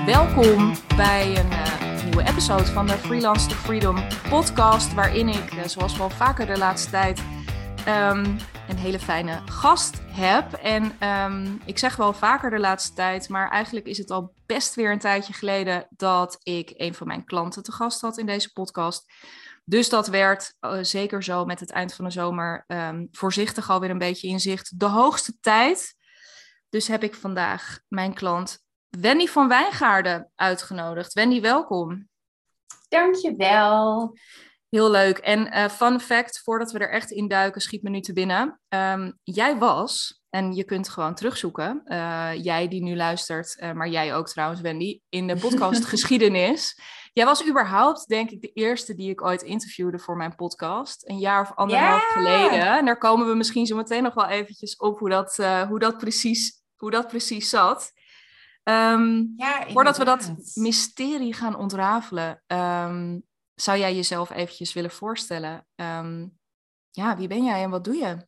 Welkom bij een nieuwe episode van de Freelance to Freedom podcast, waarin ik, zoals wel vaker de laatste tijd, een hele fijne gast heb. En ik zeg wel vaker de laatste tijd, maar eigenlijk is het al best weer een tijdje geleden dat ik een van mijn klanten te gast had in deze podcast. Dus dat werd zeker zo met het eind van de zomer voorzichtig alweer een beetje in zicht. De hoogste tijd. Dus heb ik vandaag mijn klant Wendy van Wijngaarden uitgenodigd. Wendy, welkom. Dankjewel. Heel leuk. En fun fact, voordat we er echt in duiken, schiet me nu te binnen. Jij was, en je kunt gewoon terugzoeken, jij die nu luistert, maar jij ook trouwens, Wendy, in de podcast Geschiedenis. Jij was überhaupt, denk ik, de eerste die ik ooit interviewde voor mijn podcast. Een jaar of anderhalf geleden. En daar komen we misschien zo meteen nog wel eventjes op hoe dat precies zat. Voordat we dat mysterie gaan ontrafelen, zou jij jezelf eventjes willen voorstellen? Wie ben jij en wat doe je?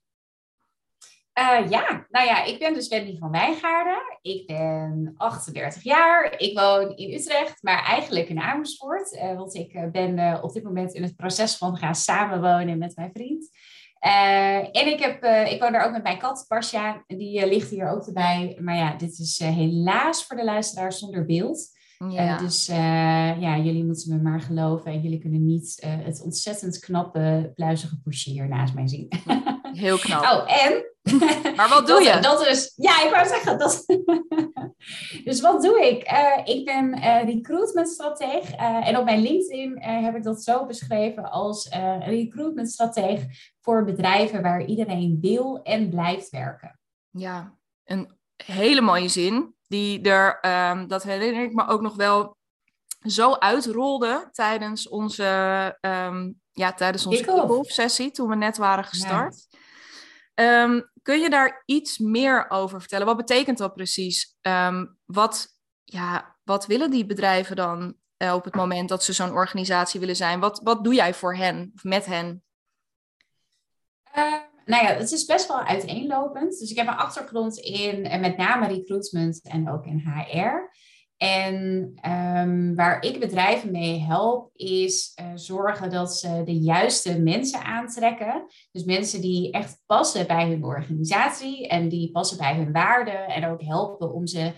Ik ben dus Wendy van Wijngaarden. Ik ben 38 jaar. Ik woon in Utrecht, maar eigenlijk in Amersfoort. Want ik ben op dit moment in het proces van gaan samenwonen met mijn vriend. En ik woon daar ook met mijn kat, Pasja. Die ligt hier ook erbij. Maar ja, dit is helaas voor de luisteraars zonder beeld. Ja. Jullie moeten me maar geloven. En jullie kunnen niet het ontzettend knappe, pluizige poesje hier naast mij zien. Heel knap. Oh, en... Maar wat doe je? Dat is... Ja, ik wou zeggen... Dus wat doe ik? Ik ben recruitmentstrateeg. En op mijn LinkedIn heb ik dat zo beschreven als recruitmentstrateeg voor bedrijven waar iedereen wil en blijft werken. Ja, een hele mooie zin. Die er, dat herinner ik me ook nog wel, zo uitrolde tijdens onze kick-off sessie toen we net waren gestart. Ja. Kun je daar iets meer over vertellen? Wat betekent dat precies? Wat willen die bedrijven dan op het moment dat ze zo'n organisatie willen zijn? Wat doe jij voor hen of met hen? Het is best wel uiteenlopend. Dus ik heb een achtergrond in met name recruitment en ook in HR. En waar ik bedrijven mee help is zorgen dat ze de juiste mensen aantrekken. Dus mensen die echt passen bij hun organisatie en die passen bij hun waarden. En ook helpen om ze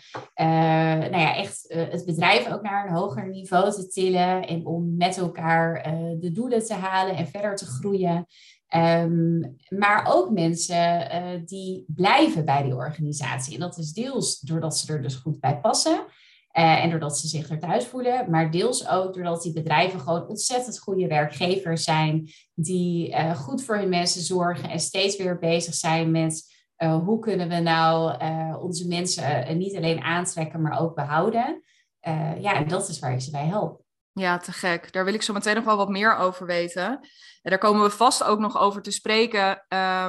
het bedrijf ook naar een hoger niveau te tillen. En om met elkaar de doelen te halen en verder te groeien. Maar ook mensen die blijven bij die organisatie. En dat is deels doordat ze er dus goed bij passen. En doordat ze zich er thuis voelen. Maar deels ook doordat die bedrijven gewoon ontzettend goede werkgevers zijn. Die goed voor hun mensen zorgen. En steeds weer bezig zijn met hoe kunnen we nou onze mensen niet alleen aantrekken, maar ook behouden. En dat is waar ik ze bij help. Ja, te gek. Daar wil ik zo meteen nog wel wat meer over weten. En daar komen we vast ook nog over te spreken.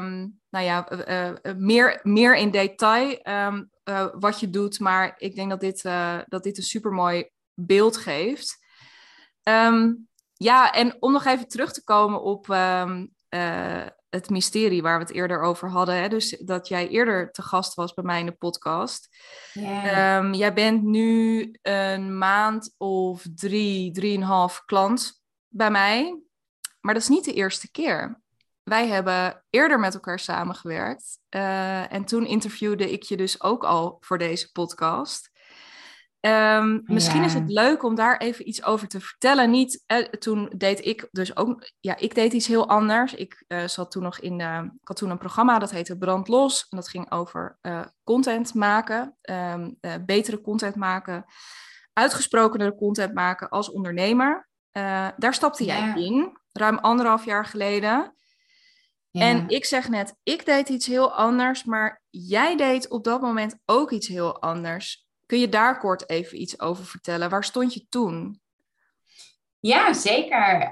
Meer in detail wat je doet. Maar ik denk dat dit een supermooi beeld geeft. En om nog even terug te komen op het mysterie waar we het eerder over hadden. Hè? Dus dat jij eerder te gast was bij mij in de podcast. Yeah. Jij bent nu een maand of 3,5 klant bij mij. Maar dat is niet de eerste keer. Wij hebben eerder met elkaar samengewerkt. En toen interviewde ik je dus ook al voor deze podcast. Misschien is het leuk om daar even iets over te vertellen. Toen deed ik dus ook... Ja, ik deed iets heel anders. Ik had toen een programma, dat heette Brand Los. En dat ging over content maken. Betere content maken. Uitgesprokenere content maken als ondernemer. Daar stapte jij in. Ruim 1,5 jaar geleden. Ja. En ik zeg net, ik deed iets heel anders. Maar jij deed op dat moment ook iets heel anders. Kun je daar kort even iets over vertellen? Waar stond je toen? Ja, zeker.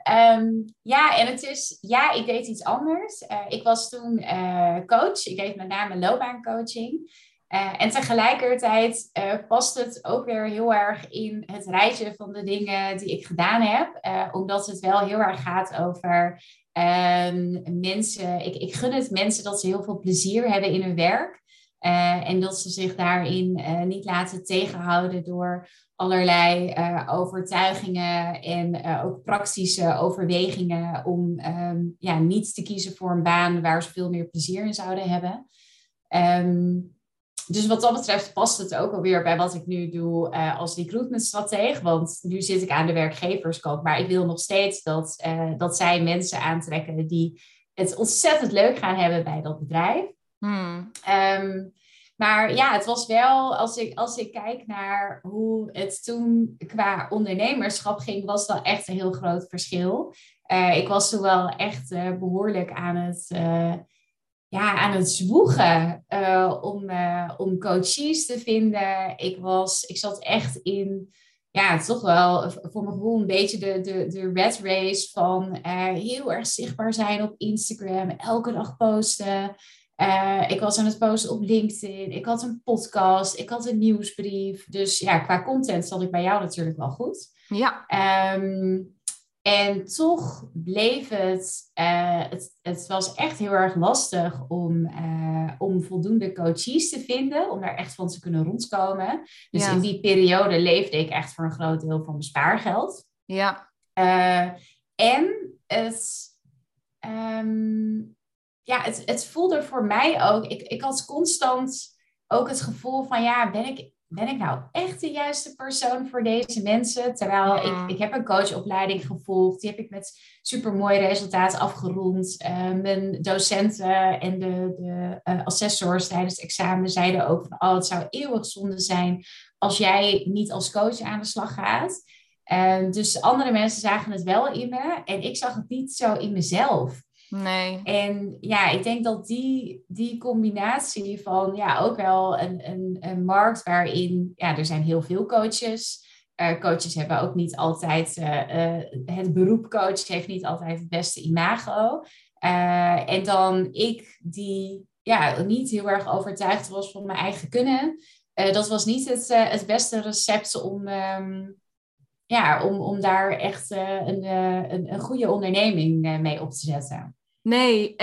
Ik deed iets anders. Ik was toen coach. Ik deed met name loopbaancoaching. En tegelijkertijd past het ook weer heel erg in het rijtje van de dingen die ik gedaan heb. Omdat het wel heel erg gaat over mensen. Ik gun het mensen dat ze heel veel plezier hebben in hun werk. En dat ze zich daarin niet laten tegenhouden door allerlei overtuigingen en ook praktische overwegingen om niet te kiezen voor een baan waar ze veel meer plezier in zouden hebben. Dus wat dat betreft past het ook alweer bij wat ik nu doe als recruitmentstratege. Want nu zit ik aan de werkgeverskant. Maar ik wil nog steeds dat zij mensen aantrekken die het ontzettend leuk gaan hebben bij dat bedrijf. Maar ja, het was wel, als ik kijk naar hoe het toen qua ondernemerschap ging, was wel echt een heel groot verschil. Ik was toen wel echt behoorlijk aan het zwoegen om coaches te vinden. Ik zat echt in, toch wel voor mijn gevoel een beetje de rat race van heel erg zichtbaar zijn op Instagram, elke dag posten. Ik was aan het posten op LinkedIn. Ik had een podcast. Ik had een nieuwsbrief. Dus ja, qua content zat ik bij jou natuurlijk wel goed. Ja. En toch bleef het was echt heel erg lastig om voldoende coaches te vinden, om daar echt van te kunnen rondkomen. Dus in die periode leefde ik echt voor een groot deel van mijn spaargeld. Ja. En het voelde voor mij ook, ik had constant ook het gevoel van, ben ik nou echt de juiste persoon voor deze mensen? Terwijl ik heb een coachopleiding gevolgd, die heb ik met supermooi resultaat afgerond. Mijn docenten en de assessors tijdens het examen zeiden ook van, het zou eeuwig zonde zijn als jij niet als coach aan de slag gaat. Dus andere mensen zagen het wel in me en ik zag het niet zo in mezelf. Nee. En ik denk dat die combinatie van ook wel een markt waarin er zijn heel veel coaches. Coaches hebben ook niet altijd, het beroep coach heeft niet altijd het beste imago. En dan ik die niet heel erg overtuigd was van mijn eigen kunnen. Dat was niet het beste recept om daar echt een goede onderneming mee op te zetten. Nee,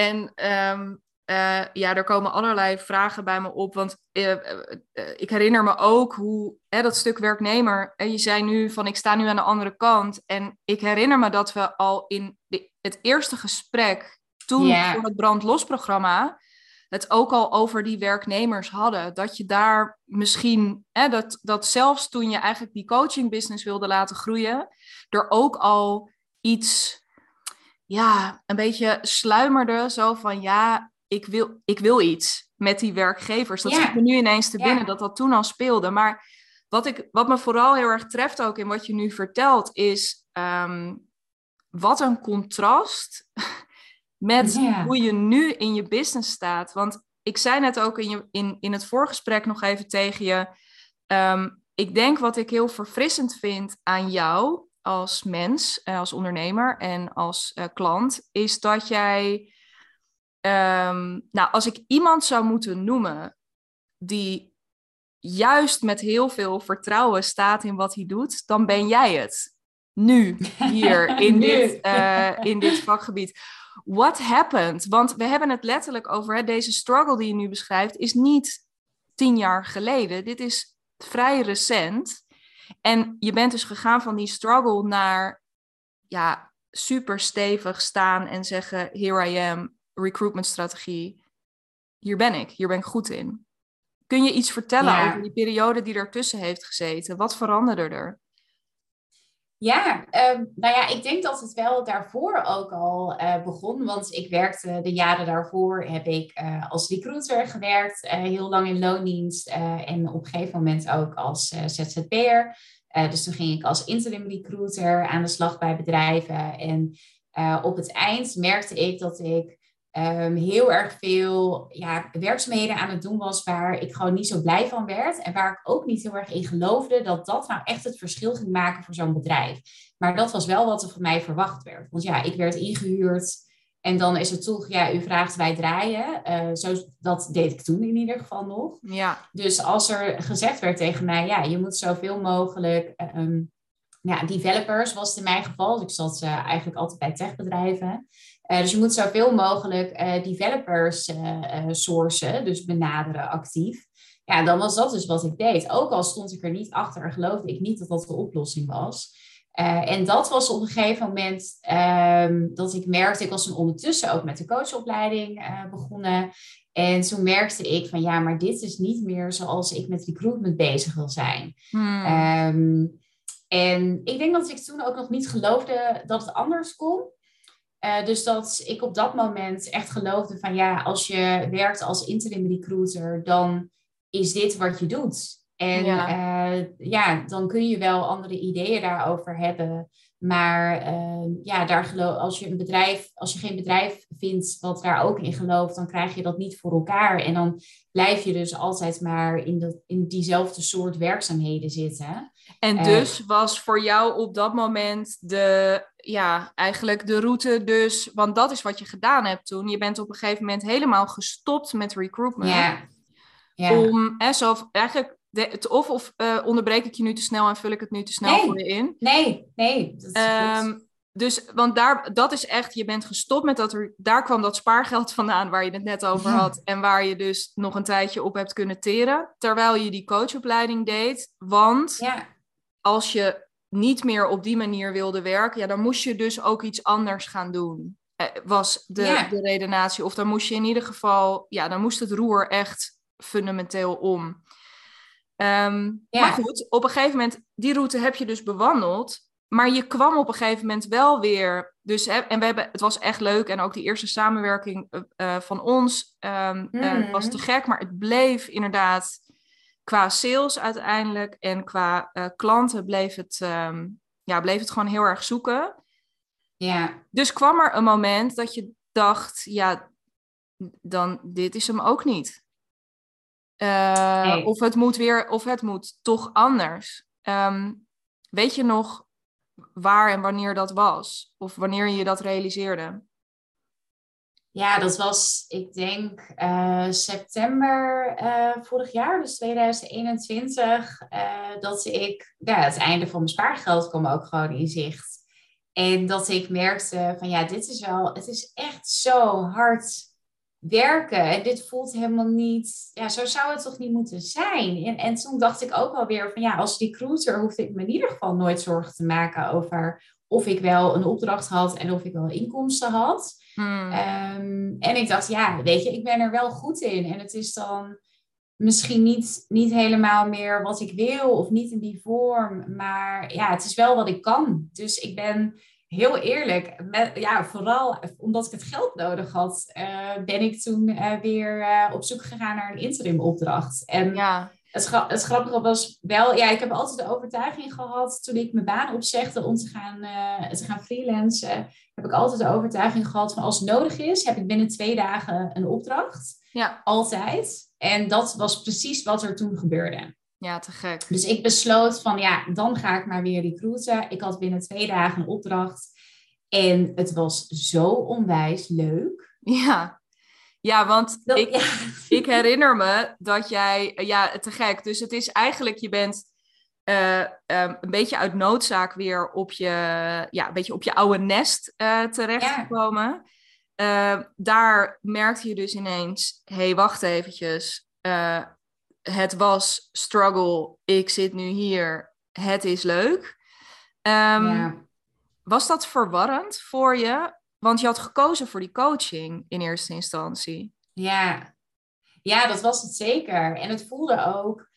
er komen allerlei vragen bij me op. Want ik herinner me ook hoe dat stuk werknemer. Je zei nu van ik sta nu aan de andere kant. En ik herinner me dat we al in het eerste gesprek toen voor het Brandlos-programma het ook al over die werknemers hadden. Dat je daar misschien, dat zelfs toen je eigenlijk die coaching business wilde laten groeien, er ook al iets, een beetje sluimerde. Zo van, ik wil iets met die werkgevers. Dat schiet me nu ineens te binnen dat toen al speelde. Maar wat me vooral heel erg treft ook in wat je nu vertelt, is wat een contrast met hoe je nu in je business staat. Want ik zei net ook in het voorgesprek nog even tegen je, ik denk wat ik heel verfrissend vind aan jou als mens, als ondernemer en als klant, is dat jij, als ik iemand zou moeten noemen die juist met heel veel vertrouwen staat in wat hij doet, dan ben jij het. Nu, hier, in dit vakgebied. What happened? Want we hebben het letterlijk over, deze struggle die je nu beschrijft, is niet 10 jaar geleden. Dit is vrij recent. En je bent dus gegaan van die struggle naar super stevig staan en zeggen, here I am, recruitment strategie. Hier ben ik goed in. Kun je iets vertellen over die periode die ertussen heeft gezeten? Wat veranderde er? Ik denk dat het wel daarvoor ook al begon. Want ik werkte de jaren daarvoor, heb ik als recruiter gewerkt. Heel lang in loondienst en op een gegeven moment ook als ZZP'er. Dus toen ging ik als interim recruiter aan de slag bij bedrijven. En op het eind merkte ik dat ik heel erg veel werkzaamheden aan het doen was waar ik gewoon niet zo blij van werd. En waar ik ook niet heel erg in geloofde dat nou echt het verschil ging maken voor zo'n bedrijf. Maar dat was wel wat er van mij verwacht werd. Want ik werd ingehuurd en dan is het toch, u vraagt, wij draaien. Dat deed ik toen in ieder geval nog. Ja. Dus als er gezegd werd tegen mij, je moet zoveel mogelijk developers was het in mijn geval. Dus ik zat eigenlijk altijd bij techbedrijven. Dus je moet zoveel mogelijk developers sourcen, dus benaderen actief. Ja, dan was dat dus wat ik deed. Ook al stond ik er niet achter en geloofde ik niet dat dat de oplossing was. En dat was op een gegeven moment dat ik merkte, ik was toen ondertussen ook met de coachopleiding begonnen. En toen merkte ik van ja, maar dit is niet meer zoals ik met recruitment bezig wil zijn. En ik denk dat ik toen ook nog niet geloofde dat het anders kon. Dus dat ik op dat moment echt geloofde van ja, als je werkt als interim recruiter, dan is dit wat je doet. En dan kun je wel andere ideeën daarover hebben. Maar als je geen bedrijf vindt wat daar ook in gelooft, dan krijg je dat niet voor elkaar. En dan blijf je dus altijd maar in diezelfde soort werkzaamheden zitten. En dus was voor jou op dat moment eigenlijk de route dus, want dat is wat je gedaan hebt toen. Je bent op een gegeven moment helemaal gestopt met recruitment. Ja. Om, eigenlijk, onderbreek ik je nu te snel en vul ik het nu te snel voor je in? Nee, dat is goed. Dus, want dat is echt, je bent gestopt met daar kwam dat spaargeld vandaan waar je het net over had. En waar je dus nog een tijdje op hebt kunnen teren. Terwijl je die coachopleiding deed. Want als je niet meer op die manier wilde werken, dan moest je dus ook iets anders gaan doen. Was de redenatie. Of dan moest je in ieder geval, dan moest het roer echt fundamenteel om. Maar goed, op een gegeven moment, die route heb je dus bewandeld. Maar je kwam op een gegeven moment wel weer. Dus, het was echt leuk. En ook die eerste samenwerking van ons was te gek. Maar het bleef inderdaad qua sales uiteindelijk. En qua klanten bleef het gewoon heel erg zoeken. Ja. Dus kwam er een moment dat je dacht, dan dit is hem ook niet. Of het moet toch anders. Weet je nog waar en wanneer dat was? Of wanneer je dat realiseerde? Ja, dat was, ik denk, september vorig jaar, dus 2021, dat ik, het einde van mijn spaargeld kwam ook gewoon in zicht. En dat ik merkte van het is echt zo hard werken. En dit voelt helemaal niet, zo zou het toch niet moeten zijn. En toen dacht ik ook alweer van als recruiter hoefde ik me in ieder geval nooit zorgen te maken over of ik wel een opdracht had en of ik wel inkomsten had. En ik dacht, weet je, ik ben er wel goed in. En het is dan misschien niet helemaal meer wat ik wil of niet in die vorm. Maar het is wel wat ik kan. Dus ik ben heel eerlijk, vooral omdat ik het geld nodig had, ben ik toen weer op zoek gegaan naar een interim opdracht. En het grappige was wel, ik heb altijd de overtuiging gehad toen ik mijn baan opzegde om te gaan freelancen, heb ik altijd de overtuiging gehad van als het nodig is, heb ik binnen 2 dagen een opdracht. Ja. Altijd. En dat was precies wat er toen gebeurde. Ja, te gek. Dus ik besloot van dan ga ik maar weer recruiten. Ik had binnen 2 dagen een opdracht. En het was zo onwijs leuk. Ja, want ik herinner me dat jij... te gek. Dus het is eigenlijk, je bent een beetje uit noodzaak weer op een beetje op je oude nest terechtgekomen. Daar merkte je dus ineens, wacht eventjes. Het was struggle, ik zit nu hier, het is leuk. Was dat verwarrend voor je? Want je had gekozen voor die coaching in eerste instantie. Ja, dat was het zeker. En het voelde ook...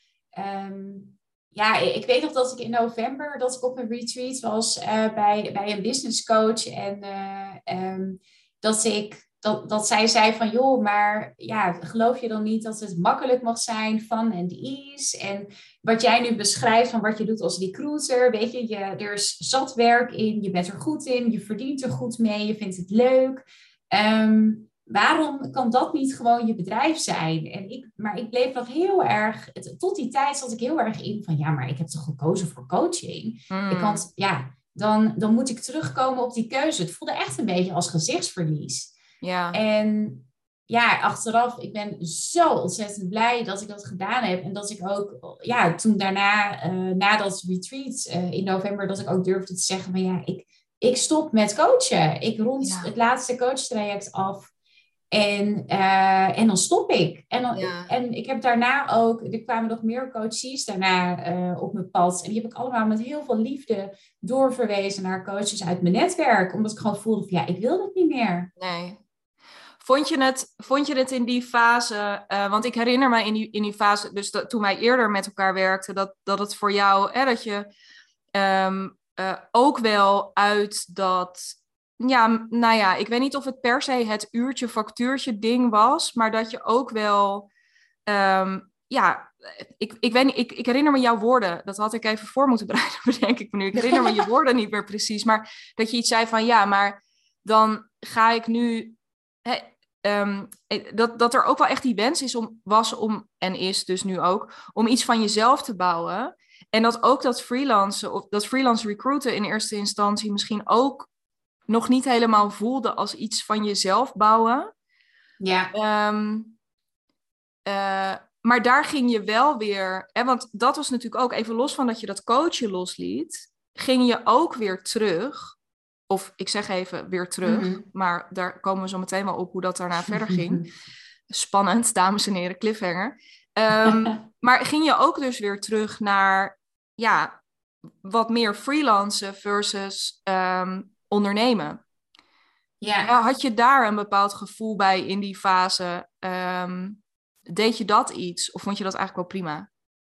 ik weet nog dat ik in november dat ik op een retreat was bij een business coach. En dat zij zei van, joh, maar geloof je dan niet dat het makkelijk mag zijn, fun and ease? En wat jij nu beschrijft van wat je doet als recruiter, weet je, er is zat werk in, je bent er goed in, je verdient er goed mee, je vindt het leuk. Waarom kan dat niet gewoon je bedrijf zijn? Maar ik bleef nog heel erg, tot die tijd zat ik heel erg in van, maar ik heb toch gekozen voor coaching? Dan moet ik terugkomen op die keuze. Het voelde echt een beetje als gezichtsverlies. Ja. En achteraf, ik ben zo ontzettend blij dat ik dat gedaan heb. En dat ik ook, toen daarna, na dat retreat in november, dat ik ook durfde te zeggen van ik stop met coachen. Ik rond het laatste coachtraject af. En dan stop ik. En ik heb daarna ook, er kwamen nog meer coaches daarna op mijn pad. En die heb ik allemaal met heel veel liefde doorverwezen naar coaches uit mijn netwerk. Omdat ik gewoon voelde van ik wil het niet meer. Nee. Vond je het in die fase, want ik herinner me in die fase, dus toen wij eerder met elkaar werkten, dat het voor jou, dat je ook wel uit dat, ik weet niet of het per se het uurtje factuurtje ding was, maar dat je ook wel, ik weet niet, ik herinner me jouw woorden, dat had ik even voor moeten bereiden, bedenk ik me nu. Ik herinner me je woorden niet meer precies, maar dat je iets zei van maar dan ga ik nu... dat er ook wel echt die wens was om, en is dus nu ook, om iets van jezelf te bouwen. En dat ook dat freelancen of dat freelance recruiten in eerste instantie misschien ook nog niet helemaal voelde als iets van jezelf bouwen. Ja. Maar daar ging je wel weer, want dat was natuurlijk ook, even los van dat je dat coachen losliet, ging je ook weer terug. Of ik zeg even weer terug, maar daar komen we zo meteen wel op hoe dat daarna verder ging. Spannend, dames en heren, cliffhanger. Maar ging je ook dus weer terug naar wat meer freelancen versus ondernemen? Ja. Had je daar een bepaald gevoel bij in die fase? Deed je dat iets of vond je dat eigenlijk wel prima?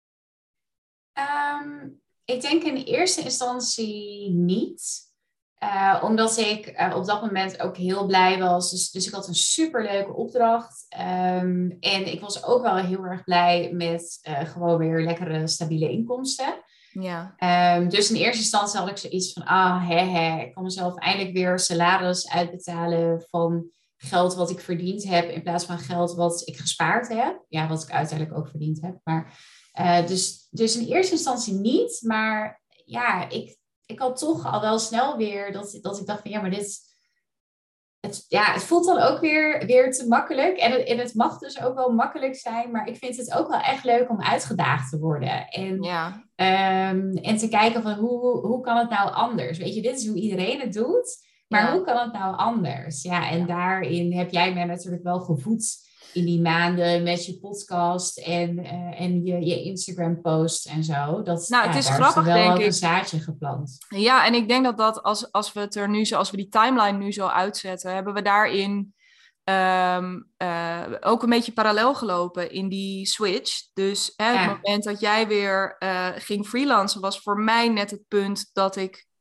Ik denk in eerste instantie niet. Omdat ik op dat moment ook heel blij was. Dus ik had een superleuke opdracht. En ik was ook wel heel erg blij met gewoon weer lekkere, stabiele inkomsten. Ja. Dus in eerste instantie had ik zoiets van... ik kan mezelf eindelijk weer salaris uitbetalen van geld wat ik verdiend heb... in plaats van geld wat ik gespaard heb. Ja, wat ik uiteindelijk ook verdiend heb. Maar, dus in eerste instantie niet. Maar ik had toch al wel snel weer dat ik dacht van maar het voelt dan ook weer te makkelijk. En het mag dus ook wel makkelijk zijn, maar ik vind het ook wel echt leuk om uitgedaagd te worden. En te kijken van hoe kan het nou anders? Weet je, dit is hoe iedereen het doet, maar hoe kan het nou anders? En daarin heb jij mij natuurlijk wel gevoed in die maanden met je podcast en je Instagram post en zo. Het is daar grappig, is er wel denk ook ik. Een zaadje geplant. Ja, en ik denk dat als we het er nu zo, als we die timeline nu zo uitzetten, hebben we daarin ook een beetje parallel gelopen in die switch. Dus het moment dat jij weer ging freelancen was voor mij net het punt dat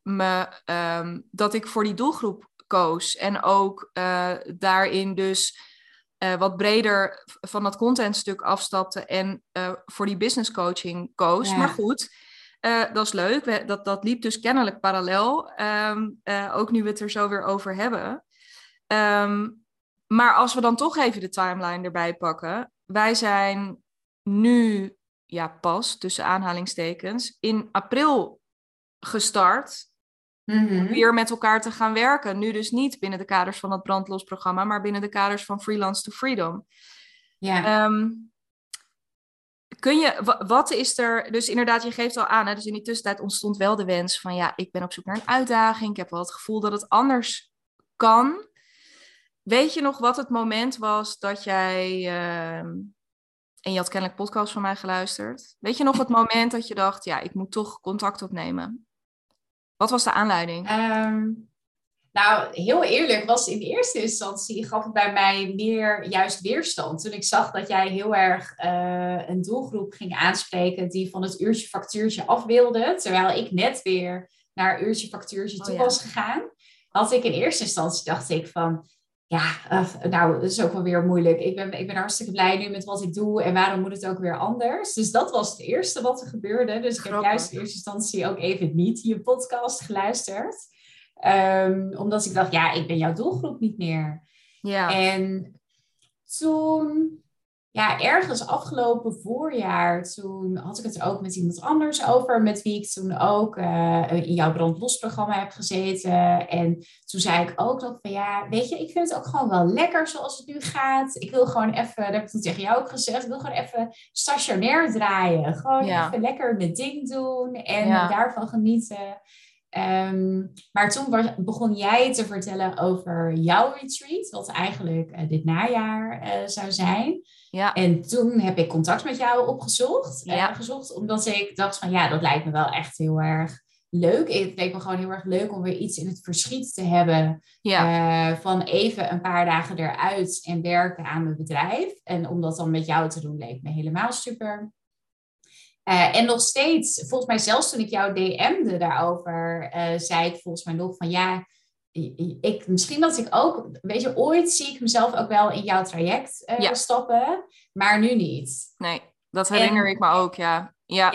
ik voor die doelgroep koos. En ook daarin dus wat breder van dat contentstuk afstapte en voor die business coaching koos. Ja. Maar goed, dat is leuk. Dat liep dus kennelijk parallel. Ook nu we het er zo weer over hebben. Maar als we dan toch even de timeline erbij pakken. Wij zijn nu, pas tussen aanhalingstekens, in april gestart. Weer met elkaar te gaan werken. Nu dus niet binnen de kaders van het Brandlos-programma, maar binnen de kaders van Freelance to Freedom. Ja. Wat is er, dus inderdaad, je geeft al aan, dus in die tussentijd ontstond wel de wens van ik ben op zoek naar een uitdaging. Ik heb wel het gevoel dat het anders kan. Weet je nog wat het moment was dat jij, en je had kennelijk podcast van mij geluisterd. Weet je nog het moment dat je dacht, ik moet toch contact opnemen? Wat was de aanleiding? Nou, heel eerlijk, was in eerste instantie gaf het bij mij meer juist weerstand. Toen ik zag dat jij heel erg een doelgroep ging aanspreken die van het uurtje factuurtje af wilde. Terwijl ik net weer naar uurtje factuurtje toe was gegaan. Had ik in eerste instantie dacht ik van... dat is ook wel weer moeilijk. Ik ben hartstikke blij nu met wat ik doe. En waarom moet het ook weer anders? Dus dat was het eerste wat er gebeurde. Dus ik heb juist in eerste instantie ook even niet je podcast geluisterd. Omdat ik dacht, ik ben jouw doelgroep niet meer. Ja. En toen Ja, ergens afgelopen voorjaar, toen had ik het ook met iemand anders over, met wie ik toen ook in jouw brandlosprogramma heb gezeten. En toen zei ik ook nog van ja, weet je, ik vind het ook gewoon wel lekker zoals het nu gaat. Ik wil gewoon even, dat heb ik toen tegen jou ook gezegd, ik wil gewoon even stationair draaien. Gewoon even lekker mijn ding doen en daarvan genieten. Maar toen begon jij te vertellen over jouw retreat, wat eigenlijk dit najaar zou zijn. Ja. En toen heb ik contact met jou gezocht, omdat ik dacht van ja, dat lijkt me wel echt heel erg leuk. Het leek me gewoon heel erg leuk om weer iets in het verschiet te hebben. Van even een paar dagen eruit en werken aan mijn bedrijf. En om dat dan met jou te doen, leek me helemaal super. En nog steeds, volgens mij zelfs toen ik jou DM'de daarover, zei ik volgens mij nog van ja, misschien dat ik ook, weet je, ooit zie ik mezelf ook wel in jouw traject stappen, maar nu niet. Nee, dat herinner ik me ook, ja.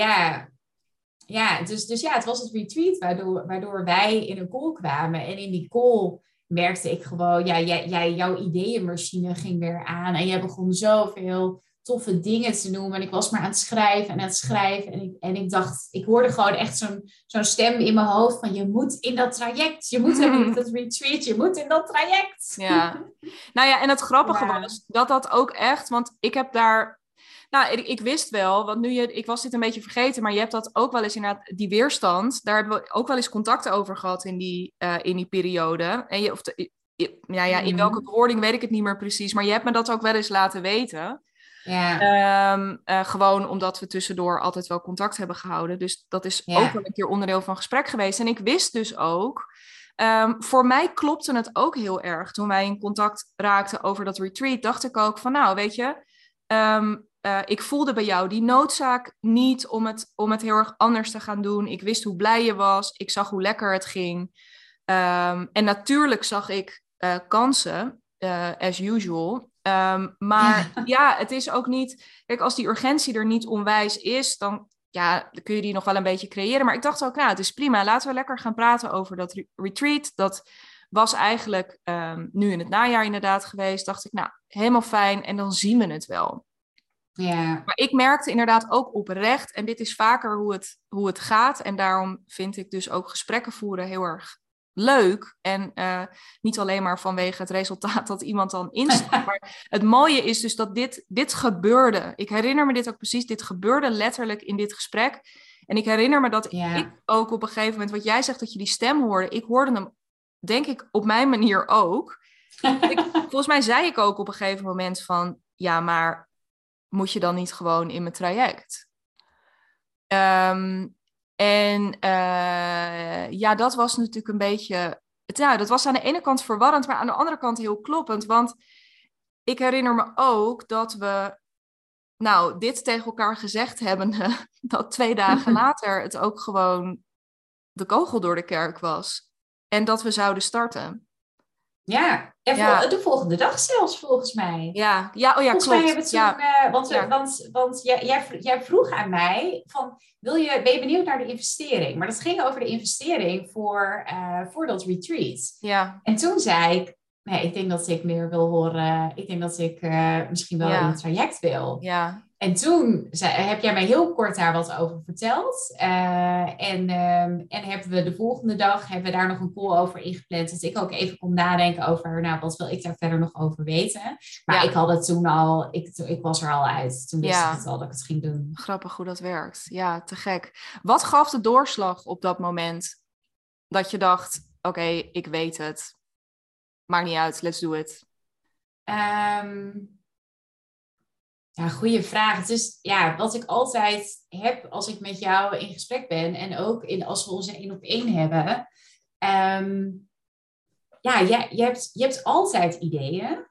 Ja, dus ja, het was het retreat waardoor wij in een call kwamen. En in die call merkte ik gewoon, ja, jouw ideeënmachine ging weer aan. En jij begon zoveel toffe dingen te noemen. En ik was maar aan het schrijven en aan het schrijven. En ik dacht, ik hoorde gewoon echt zo'n stem in mijn hoofd van, je moet in dat traject. Je moet in dat retreat. Je moet in dat traject. Ja, nou ja, en het grappige was dat ook echt, want ik heb daar... Nou, ik wist wel, want ik was dit een beetje vergeten, maar je hebt dat ook wel eens inderdaad, die weerstand, daar hebben we ook wel eens contacten over gehad in die periode. En in welke bewoording weet ik het niet meer precies, maar je hebt me dat ook wel eens laten weten. Ja. Gewoon omdat we tussendoor altijd wel contact hebben gehouden. Dus dat is ook wel een keer onderdeel van gesprek geweest. En ik wist dus ook, voor mij klopte het ook heel erg. Toen wij in contact raakten over dat retreat, dacht ik ook van nou, weet je... ik voelde bij jou die noodzaak niet om het heel erg anders te gaan doen. Ik wist hoe blij je was. Ik zag hoe lekker het ging. En natuurlijk zag ik kansen, as usual. Maar het is ook niet... Kijk, als die urgentie er niet onwijs is, dan kun je die nog wel een beetje creëren. Maar ik dacht ook, nou, het is prima. Laten we lekker gaan praten over dat retreat. Dat was eigenlijk nu in het najaar inderdaad geweest. Dacht ik, nou, helemaal fijn. En dan zien we het wel. Ja. Maar ik merkte inderdaad ook oprecht, en dit is vaker hoe het gaat, en daarom vind ik dus ook gesprekken voeren heel erg leuk. En niet alleen maar vanwege het resultaat dat iemand dan instapt. Maar het mooie is dus dat dit gebeurde. Ik herinner me dit ook precies. Dit gebeurde letterlijk in dit gesprek. En ik herinner me dat ik ook op een gegeven moment, wat jij zegt dat je die stem hoorde, ik hoorde hem, denk ik, op mijn manier ook. Volgens mij zei ik ook op een gegeven moment van, ja, maar moet je dan niet gewoon in mijn traject? Dat was natuurlijk een beetje... dat was aan de ene kant verwarrend, maar aan de andere kant heel kloppend. Want ik herinner me ook dat we dit tegen elkaar gezegd hebben, dat 2 dagen later het ook gewoon de kogel door de kerk was. En dat we zouden starten. De volgende dag zelfs, volgens mij. Volgens mij hebben we toen... Want jij vroeg aan mij van, ben je benieuwd naar de investering? Maar dat ging over de investering voor dat retreat. Ja. En toen zei ik, nee, ik denk dat ik meer wil horen. Ik denk dat ik misschien wel in het traject wil. Ja. En toen heb jij mij heel kort daar wat over verteld. En hebben we de volgende dag daar nog een call over ingepland. Dat ik ook even kon nadenken over, wat wil ik daar verder nog over weten. Maar ik had het toen al, ik was er al uit. Toen wist ik het al dat ik het ging doen. Grappig hoe dat werkt. Ja, te gek. Wat gaf de doorslag op dat moment? Dat je dacht, oké, ik weet het. Maakt niet uit, let's do it. Goede vraag. Het is wat ik altijd heb als ik met jou in gesprek ben. En ook als we onze 1-op-1 hebben. Je hebt altijd ideeën.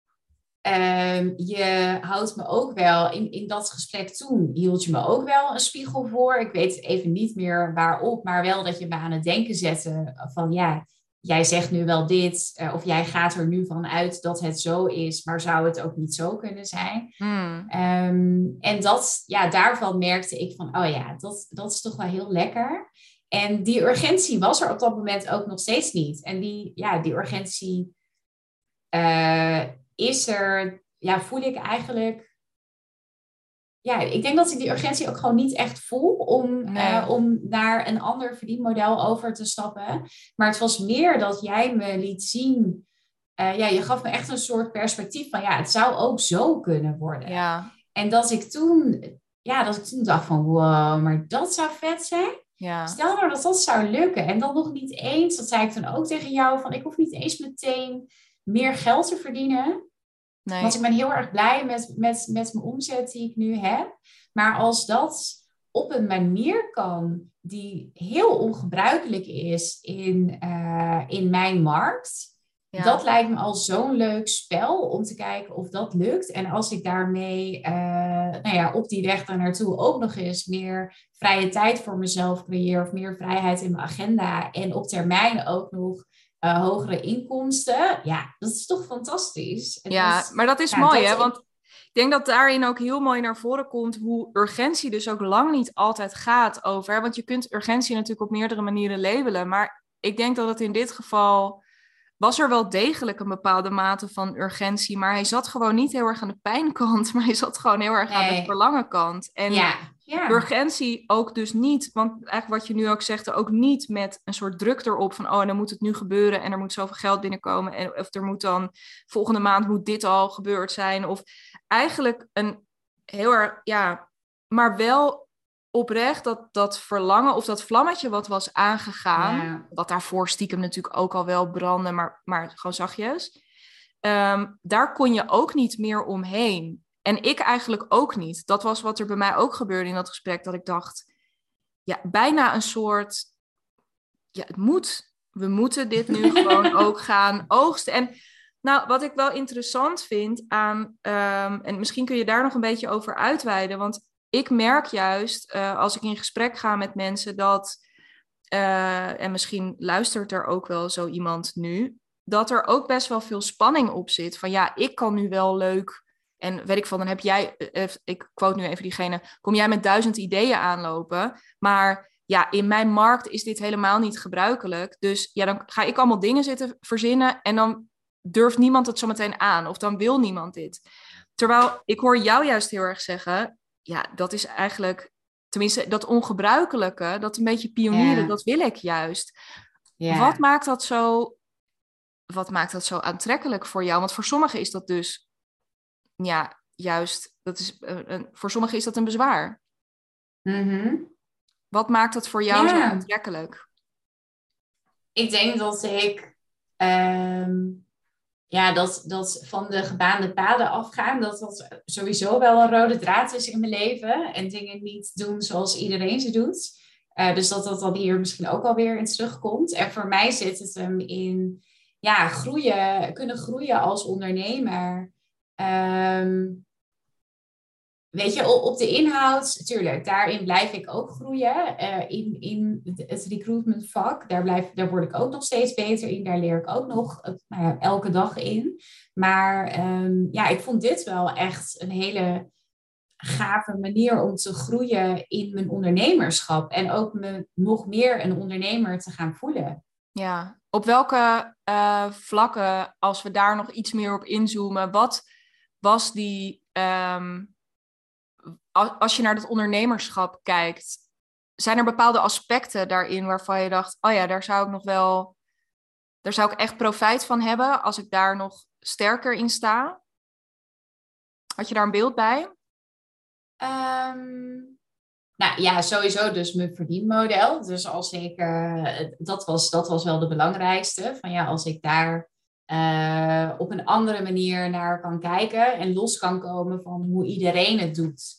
Je houdt me ook wel, in dat gesprek toen, hield je me ook wel een spiegel voor. Ik weet even niet meer waarop, maar wel dat je me aan het denken zette van jij zegt nu wel dit, of jij gaat er nu van uit dat het zo is, maar zou het ook niet zo kunnen zijn? En daarvan merkte ik van, dat is toch wel heel lekker. En die urgentie was er op dat moment ook nog steeds niet. En die urgentie is er, voel ik eigenlijk ja, ik denk dat ik die urgentie ook gewoon niet echt voel om naar een ander verdienmodel over te stappen. Maar het was meer dat jij me liet zien. Je gaf me echt een soort perspectief van ja, het zou ook zo kunnen worden. Ja. En dat ik toen dacht van wow, maar dat zou vet zijn. Ja. Stel nou dat dat zou lukken. En dan nog niet eens, dat zei ik toen ook tegen jou, van ik hoef niet eens meteen meer geld te verdienen. Nee. Want ik ben heel erg blij met mijn omzet die ik nu heb. Maar als dat op een manier kan die heel ongebruikelijk is in mijn markt. Ja. Dat lijkt me al zo'n leuk spel om te kijken of dat lukt. En als ik daarmee op die weg daar naartoe ook nog eens meer vrije tijd voor mezelf creëer. Of meer vrijheid in mijn agenda. En op termijn ook nog hogere inkomsten. Ja, dat is toch fantastisch. Maar dat is mooi, hè? Want ik denk dat daarin ook heel mooi naar voren komt hoe urgentie dus ook lang niet altijd gaat over. Want je kunt urgentie natuurlijk op meerdere manieren labelen. Maar ik denk dat het in dit geval was er wel degelijk een bepaalde mate van urgentie. Maar hij zat gewoon niet heel erg aan de pijnkant. Maar hij zat gewoon heel erg aan de verlangenkant. En urgentie ook dus niet. Want eigenlijk wat je nu ook zegt, ook niet met een soort druk erop van en dan moet het nu gebeuren en er moet zoveel geld binnenkomen. Of er moet dan volgende maand moet dit al gebeurd zijn. Of eigenlijk een heel erg, maar wel oprecht dat verlangen of dat vlammetje wat was aangegaan, wat daarvoor stiekem natuurlijk ook al wel brandde, maar gewoon zachtjes. Daar kon je ook niet meer omheen. En ik eigenlijk ook niet. Dat was wat er bij mij ook gebeurde in dat gesprek, dat ik dacht, bijna een soort, het moet. We moeten dit nu gewoon ook gaan oogsten. En nou, wat ik wel interessant vind aan, en misschien kun je daar nog een beetje over uitweiden, want ik merk juist, als ik in gesprek ga met mensen, dat, en misschien luistert er ook wel zo iemand nu, dat er ook best wel veel spanning op zit. Van ik kan nu wel leuk, en weet ik van, dan heb jij, ik quote nu even diegene, kom jij met 1000 ideeën aanlopen, maar in mijn markt is dit helemaal niet gebruikelijk. Dus dan ga ik allemaal dingen zitten verzinnen en dan durft niemand het zo meteen aan, of dan wil niemand dit. Terwijl ik hoor jou juist heel erg zeggen, dat is eigenlijk, tenminste dat ongebruikelijke, dat een beetje pionieren, dat wil ik juist. Wat maakt dat zo aantrekkelijk voor jou? Want voor sommigen is dat dus, juist, dat is, voor sommigen is dat een bezwaar. Mm-hmm. Wat maakt dat voor jou zo aantrekkelijk? Ik denk dat ik dat van de gebaande paden afgaan, dat sowieso wel een rode draad is in mijn leven. En dingen niet doen zoals iedereen ze doet. Dus dat dan hier misschien ook alweer in terugkomt. En voor mij zit het hem in kunnen groeien als ondernemer. Weet je, op de inhoud, natuurlijk, daarin blijf ik ook groeien. In het recruitment vak, daar word ik ook nog steeds beter in. Daar leer ik ook nog elke dag in. Maar ik vond dit wel echt een hele gave manier om te groeien in mijn ondernemerschap. En ook me nog meer een ondernemer te gaan voelen. Ja, op welke vlakken, als we daar nog iets meer op inzoomen, wat was die... Als je naar dat ondernemerschap kijkt, zijn er bepaalde aspecten daarin waarvan je dacht, daar zou ik echt profijt van hebben als ik daar nog sterker in sta? Had je daar een beeld bij? Sowieso dus mijn verdienmodel. Dus als ik, dat was wel de belangrijkste. Van als ik daar op een andere manier naar kan kijken en los kan komen van hoe iedereen het doet.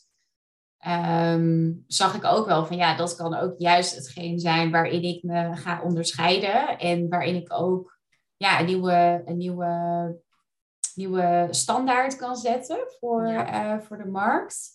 Zag ik ook wel van dat kan ook juist hetgeen zijn waarin ik me ga onderscheiden. En waarin ik ook een nieuwe standaard kan zetten voor de markt.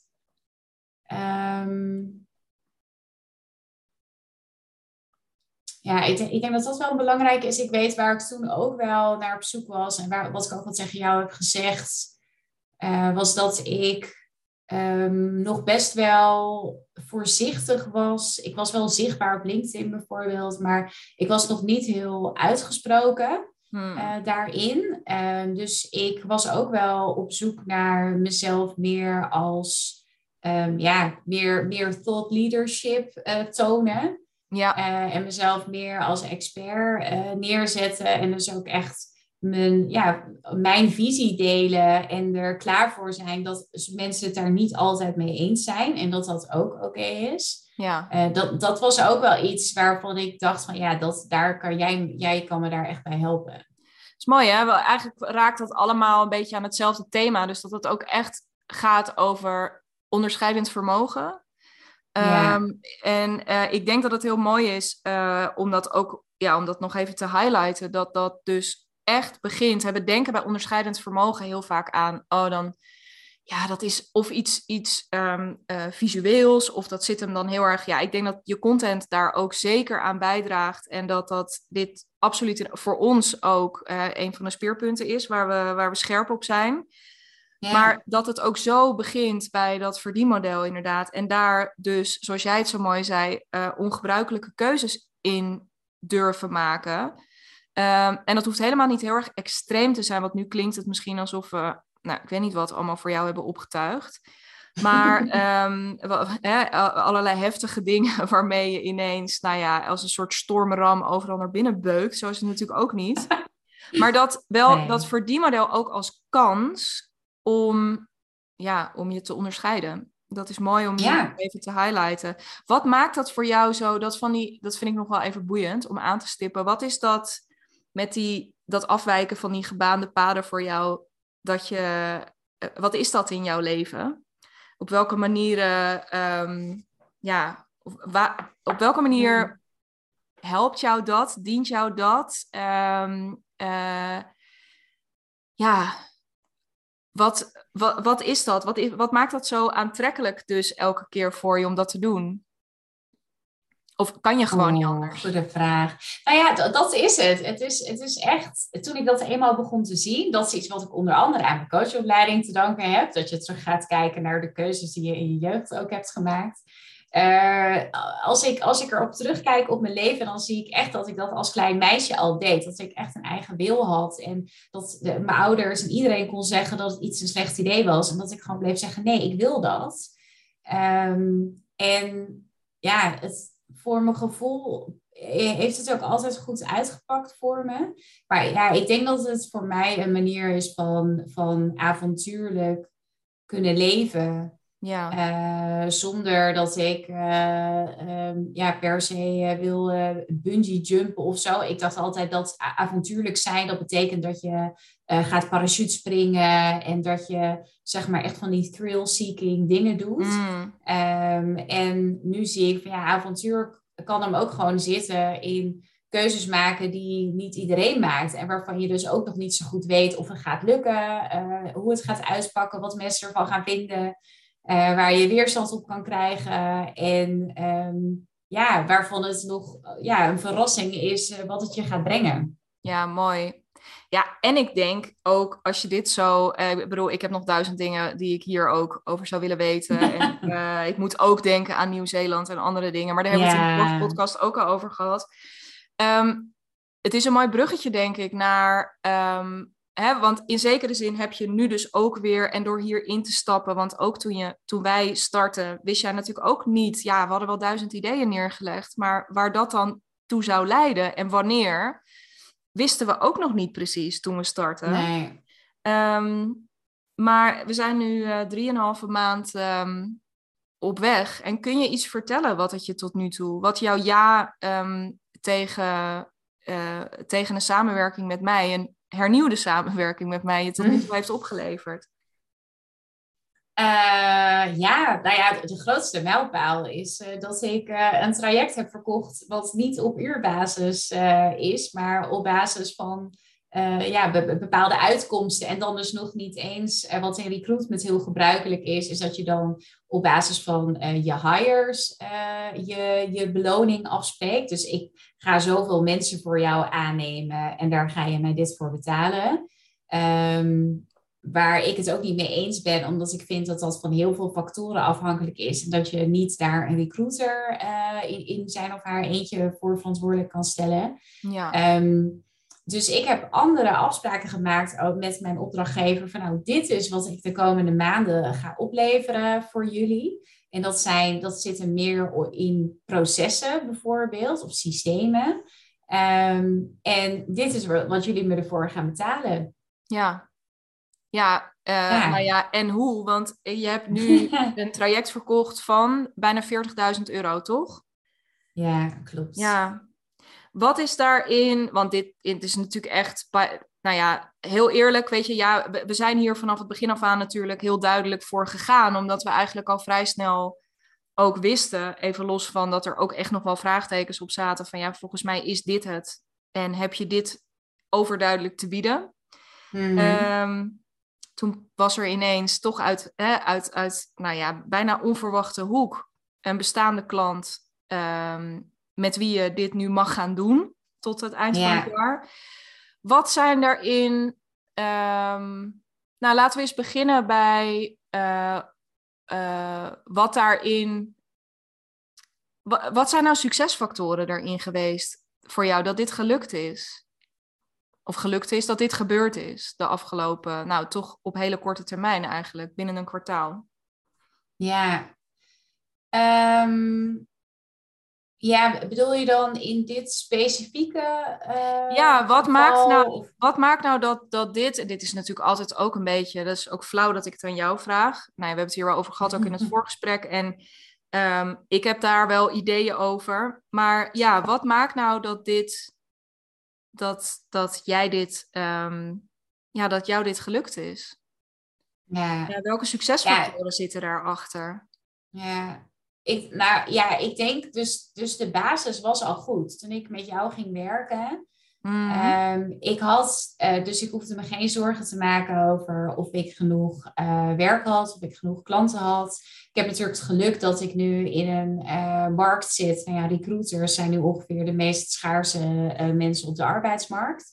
Ik denk dat dat wel belangrijk is. Ik weet waar ik toen ook wel naar op zoek was. En wat ik ook al tegen jou heb gezegd, was dat ik nog best wel voorzichtig was. Ik was wel zichtbaar op LinkedIn bijvoorbeeld, maar ik was nog niet heel uitgesproken daarin. Dus ik was ook wel op zoek naar mezelf meer als meer thought leadership tonen. Ja. En mezelf meer als expert neerzetten. En dus ook echt mijn visie delen. En er klaar voor zijn dat mensen het daar niet altijd mee eens zijn. En dat dat ook oké is. Ja. Dat was ook wel iets waarvan ik dacht van daar kan jij kan me daar echt bij helpen. Dat is mooi, hè? Eigenlijk raakt dat allemaal een beetje aan hetzelfde thema. Dus dat het ook echt gaat over onderscheidend vermogen. En ik denk dat het heel mooi is om dat nog even te highlighten. Dat dus echt begint. We denken bij onderscheidend vermogen heel vaak aan, dat is of iets visueels, of dat zit hem dan heel erg. Ja, ik denk dat je content daar ook zeker aan bijdraagt. En dat dit absoluut voor ons ook een van de speerpunten is waar we scherp op zijn. Ja. Maar dat het ook zo begint bij dat verdienmodel inderdaad. En daar dus, zoals jij het zo mooi zei, ongebruikelijke keuzes in durven maken. En dat hoeft helemaal niet heel erg extreem te zijn. Want nu klinkt het misschien alsof we, ik weet niet wat allemaal voor jou hebben opgetuigd. Maar allerlei heftige dingen waarmee je ineens, als een soort stormram overal naar binnen beukt. Zo is het natuurlijk ook niet. Maar dat verdienmodel ook als kans om je te onderscheiden. Dat is mooi om even te highlighten. Wat maakt dat voor jou zo? Dat vind ik nog wel even boeiend om aan te stippen. Wat is dat met dat afwijken van die gebaande paden voor jou? Wat is dat in jouw leven? Op welke manieren, op welke manier helpt jou dat? Dient jou dat? Wat is dat? Wat maakt dat zo aantrekkelijk dus elke keer voor je om dat te doen? Of kan je gewoon niet anders? Goede vraag. Dat is het. Het is echt, toen ik dat eenmaal begon te zien, dat is iets wat ik onder andere aan mijn coachopleiding te danken heb. Dat je terug gaat kijken naar de keuzes die je in je jeugd ook hebt gemaakt. Als ik erop terugkijk op mijn leven, dan zie ik echt dat ik dat als klein meisje al deed. Dat ik echt een eigen wil had. En dat mijn ouders en iedereen kon zeggen dat het iets een slecht idee was. En dat ik gewoon bleef zeggen, nee, ik wil dat. Voor mijn gevoel heeft het ook altijd goed uitgepakt voor me. Maar ik denk dat het voor mij een manier is van avontuurlijk kunnen leven. Ja. Zonder dat ik per se wil bungee jumpen of zo. Ik dacht altijd dat avontuurlijk zijn, dat betekent dat je gaat parachute springen en dat je zeg maar echt van die thrill-seeking dingen doet. En nu zie ik van avontuur kan hem ook gewoon zitten in keuzes maken die niet iedereen maakt. En waarvan je dus ook nog niet zo goed weet of het gaat lukken, hoe het gaat uitpakken, wat mensen ervan gaan vinden. Waar je weerstand op kan krijgen. En waarvan het nog een verrassing is wat het je gaat brengen. Ja, mooi. Ja, en ik denk ook als je dit zo... ik heb nog 1000 dingen die ik hier ook over zou willen weten. En ik moet ook denken aan Nieuw-Zeeland en andere dingen. Maar daar hebben we het in de vorige podcast ook al over gehad. Het is een mooi bruggetje, denk ik, naar... want in zekere zin heb je nu dus ook weer, en door hierin te stappen, want ook toen wij startten, wist jij natuurlijk ook niet, we hadden wel 1000 ideeën neergelegd, maar waar dat dan toe zou leiden en wanneer, wisten we ook nog niet precies toen we startten. Nee. Maar we zijn nu 3,5 maand op weg. En kun je iets vertellen wat het je tot nu toe, wat jouw tegen een samenwerking met mij, een hernieuwde samenwerking met mij, je tot nu toe heeft opgeleverd? De grootste mijlpaal is dat ik een traject heb verkocht wat niet op uurbasis is, maar op basis van bepaalde uitkomsten. En dan dus nog niet eens, wat in recruitment heel gebruikelijk is dat je dan op basis van je hires je beloning afspreekt. Dus ik ga zoveel mensen voor jou aannemen en daar ga je mij dit voor betalen. Waar ik het ook niet mee eens ben, omdat ik vind dat dat van heel veel factoren afhankelijk is. En dat je niet daar een recruiter in zijn of haar eentje voor verantwoordelijk kan stellen. Ja. Dus ik heb andere afspraken gemaakt ook met mijn opdrachtgever. Van nou, dit is wat ik de komende maanden ga opleveren voor jullie. En dat zitten meer in processen bijvoorbeeld, of systemen. En dit is wat jullie me ervoor gaan betalen. Ja, ja, nou Ja. ja, en hoe? Want je hebt nu een traject verkocht van bijna 40.000 euro, toch? Ja, klopt. Ja, wat is daarin? Want dit is natuurlijk echt, nou ja, heel eerlijk, weet je, ja, we zijn hier vanaf het begin af aan natuurlijk heel duidelijk voor gegaan, omdat we eigenlijk al vrij snel ook wisten, even los van dat er ook echt nog wel vraagtekens op zaten van ja, volgens mij is dit het. En heb je dit overduidelijk te bieden? Mhm. Toen was er ineens toch uit nou ja, bijna onverwachte hoek een bestaande klant met wie je dit nu mag gaan doen tot het eind van het Ja. jaar. Wat zijn daarin... nou, laten we eens beginnen bij wat daarin... Wat zijn nou succesfactoren daarin geweest voor jou dat dit gelukt is? Of gelukt is dat dit gebeurd is de afgelopen, nou toch op hele korte termijn eigenlijk, binnen een kwartaal. Ja. Ja, bedoel je dan in dit specifieke Ja, geval? Of... wat maakt nou dat dit, en dit is natuurlijk altijd ook een beetje, dat is ook flauw dat ik het aan jou vraag. Nou, we hebben het hier wel over gehad, ook in het voorgesprek. En ik heb daar wel ideeën over. Maar ja, wat maakt nou dat jij dit, ja, dat jou dit gelukt is? Ja, Ja, welke ja, succesfactoren zitten daarachter? ja. Nou ja, ik denk dus de basis was al goed. Toen ik met jou ging werken, Mhm. dus ik hoefde me geen zorgen te maken over of ik genoeg werk had, of ik genoeg klanten had. Ik heb natuurlijk het geluk dat ik nu in een markt zit. Nou ja, recruiters zijn nu ongeveer de meest schaarse mensen op de arbeidsmarkt.